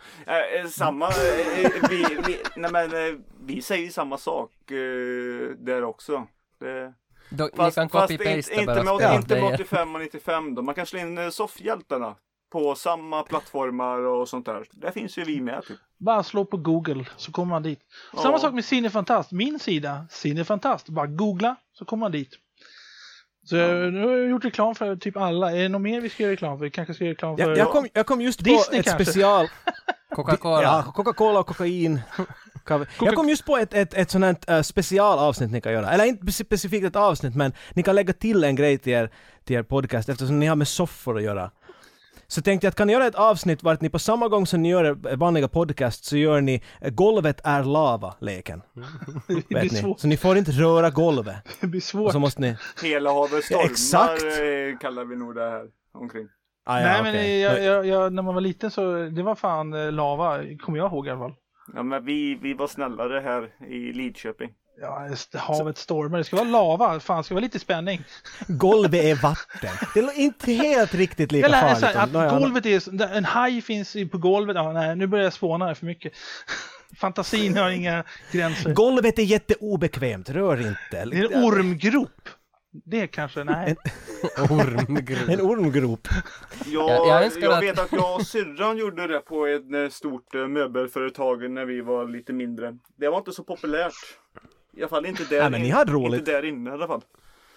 Vi säger ju samma sak där också. Ni kan copy-paste bara. Inte med 85 och 95 då. Man kan slå in soffhjältarna på samma plattformar och sånt där. Där finns ju vi med typ. Bara slå på Google så kommer man dit. Samma sak med Cinefantast. Min sida, Cinefantast. Bara googla så kommer man dit. Så nu har jag gjort reklam för typ alla. Är det något mer vi ska göra reklam för? Vi kanske ska göra reklam för... Jag kom just Disney på ett kanske. special... Coca-Cola. Ja, Coca-Cola och kokain. Jag kom just på ett sånt här specialavsnitt ni kan göra. Eller inte specifikt ett avsnitt, men ni kan lägga till en grej till er podcast eftersom ni har med soffor att göra. Så tänkte jag att kan ni göra ett avsnitt vart ni på samma gång som ni gör vanliga podcast så gör ni golvet är lava-leken. Vet ni? Så ni får inte röra golvet. Det blir svårt. Så måste ni... Hela havet stormar, exakt. Kallar vi nog det här omkring. Nej, men jag, när man var liten så det var fan lava, kommer jag ihåg i alla fall. Ja, men vi var snällare här i Lidköping. Ja, havet stormar. Det ska vara lava. Fan, det ska vara lite spänning. Golvet är vatten. Det är inte helt riktigt lika farligt. Att golvet är... En haj finns på golvet. Ja, nej, nu börjar jag spåna här för mycket. Fantasin har inga gränser. Golvet är jätteobekvämt. Rör inte. Det är en ormgrop. Det kanske, nej. En ormgrop. Jag vet att jag och syrran gjorde det på ett stort möbelföretag när vi var lite mindre. Det var inte så populärt. I alla fall inte där, men ni hade roligt. Inte där inne i alla fall.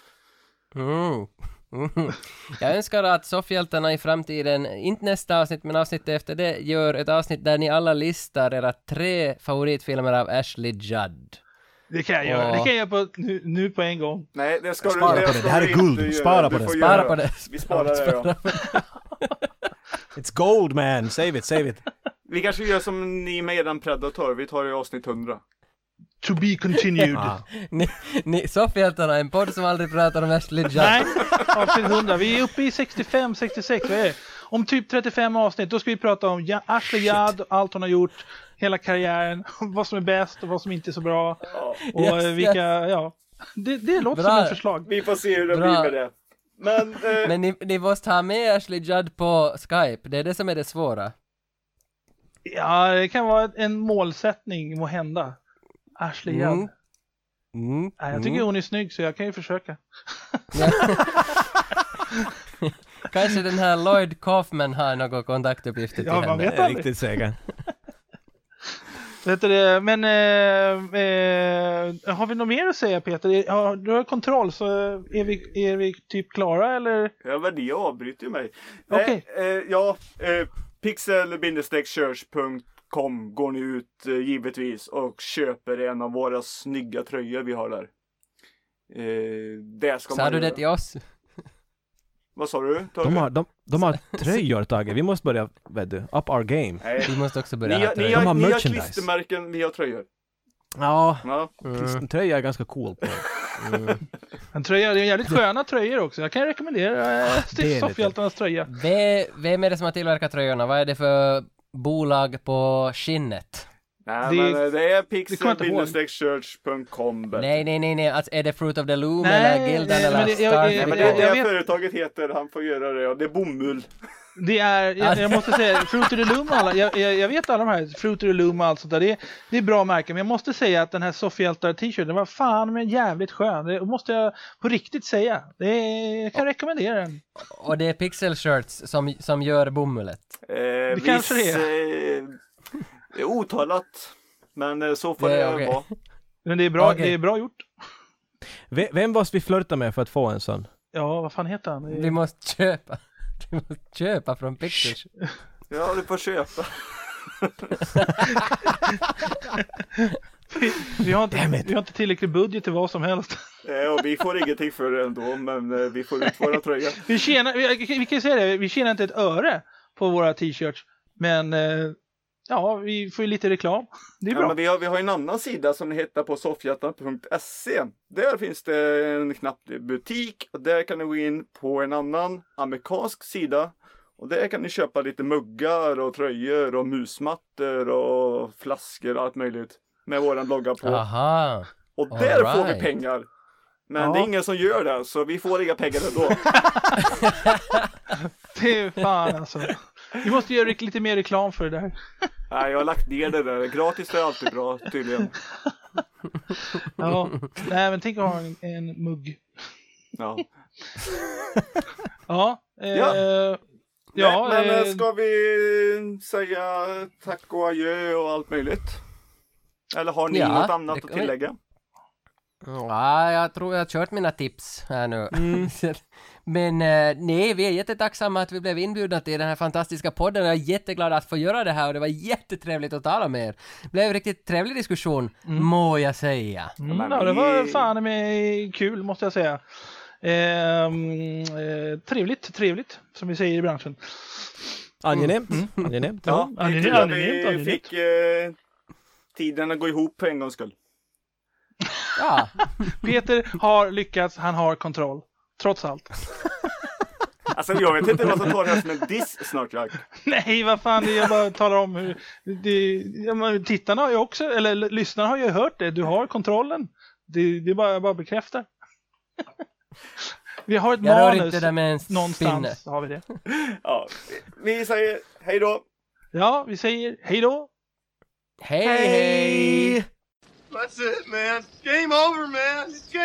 Jag önskar att soffhjältarna i framtiden, inte nästa avsnitt men avsnittet efter det, gör ett avsnitt där ni alla listar era 3 favoritfilmer av Ashley Judd. Det kan jag göra. Det kan jag göra på, nu på en gång. Nej, det ska spara du. På det här är guld. Spara på det. Vi sparar det, ja. It's gold, man. Save it. Vi kanske gör som ni med eran Predator. Vi tar i avsnitt 100. To be continued. Soffhjältarna, en podd som aldrig pratar om Ashley Judd. Nej, avsnitt 100. Vi är uppe i 65-66. Vad är det? Om typ 35 avsnitt, då ska vi prata om Ashley Judd, allt hon har gjort, hela karriären, vad som är bäst och vad som inte är så bra. Och vilka, ja. Det låter som ett förslag. Vi får se hur det blir med det. Men ni måste ha med Ashley Judd på Skype. Det är det som är det svåra. Ja, det kan vara en målsättning må hända. Ashley Judd. Jag tycker hon är snygg så jag kan ju försöka. Kanske den här Lloyd Kaufman har några kontaktuppgifter till henne. Man vet det är riktigt säkert. Vet du, men har vi något mer att säga, Peter? Du har kontroll, så är vi typ klara, eller? Ja, men det avbryter ju mig. Okej. Pixel-church.com går ni ut givetvis och köper en av våra snygga tröjor vi har där. Det ska sa du det till oss? Vad sa du? De har tröjor, Tage. Vi måste börja, up our game. Nej. Vi måste också börja ha tröjor. De har klistermärken, vi har tröjor. Ja. Tröja är ganska cool på. En tröja, det är jävligt sköna tröjor också. Jag kan rekommendera Soffhjältarnas tröja. Vem är det som har tillverkat tröjorna? Vad är det för bolag på skinnet? Nej, men det är pixel-church.com. Nej. Alltså, är det Fruit of the Loom eller Gildan eller Stark? Men det företaget heter, han får göra det. Och det är bomull. Det är, jag måste säga, Fruit of the Loom, jag vet alla de här, Fruit of the Loom och allt sånt där, det är bra märken, men jag måste säga att den här Sofieltar t-shirten, den var fan men jävligt skön, det måste jag på riktigt säga, jag kan rekommendera den. Och det är Pixel Shirts som gör bomullet. Det kanske det är. Otalat, men så får det okay. vara. Men det är bra, det är bra gjort. Vem måste vi flirta med för att få en sån? Ja, vad fan heter han? Vi måste köpa från Pixels. Ja, du får köpa. vi har inte tillräcklig budget till vad som helst. Ja, vi får ingenting för det ändå, men vi får ut våra tröjor. Vi kan säga det, vi tjänar inte ett öre på våra t-shirts, men ja, vi får ju lite reklam. Det är bra. Men vi har en annan sida som heter på soffhjärtan.se. Där finns det en knapp butik och där kan ni gå in på en annan amerikansk sida. Och där kan ni köpa lite muggar och tröjor och musmattor och flaskor och allt möjligt. Med våran logga på. Aha. Och där får vi pengar. Men det är ingen som gör det, så vi får inga pengar ändå. Det är fan alltså. Vi måste göra lite mer reklam för det där. Nej, jag har lagt ner det där. Gratis är alltid bra, tydligen. Ja, nej men tänk att ha en mugg. Ja. Men ska vi säga tack och adjö och allt möjligt? Eller har ni något annat att tillägga? Ja, jag tror jag har kört mina tips här nu. Men nej, vi är jättetacksamma att vi blev inbjudna till den här fantastiska podden. Jag är jätteglad att få göra det här och det var jättetrevligt att tala med er. Det blev en riktigt trevlig diskussion, må jag säga. Ja, det var fan med kul måste jag säga. Trevligt som vi säger i branschen. Angenämt. Ja, angenämt. Vi fick tiden att gå ihop på en gångs skull. Ja. Peter har lyckats, han har kontroll. Trots allt. Alltså jag vet inte vad som tar det här som en diss snart, Jack. Nej, vad fan, jag bara talar om hur tittarna har ju också, eller lyssnarna har ju hört det. Du har kontrollen. Det är bara bekräfta. Vi har ett manus någonstans, har vi det. Ja, vi säger hej då. Ja, vi säger hej då. Hej. That's it, man. Game over, man. It's game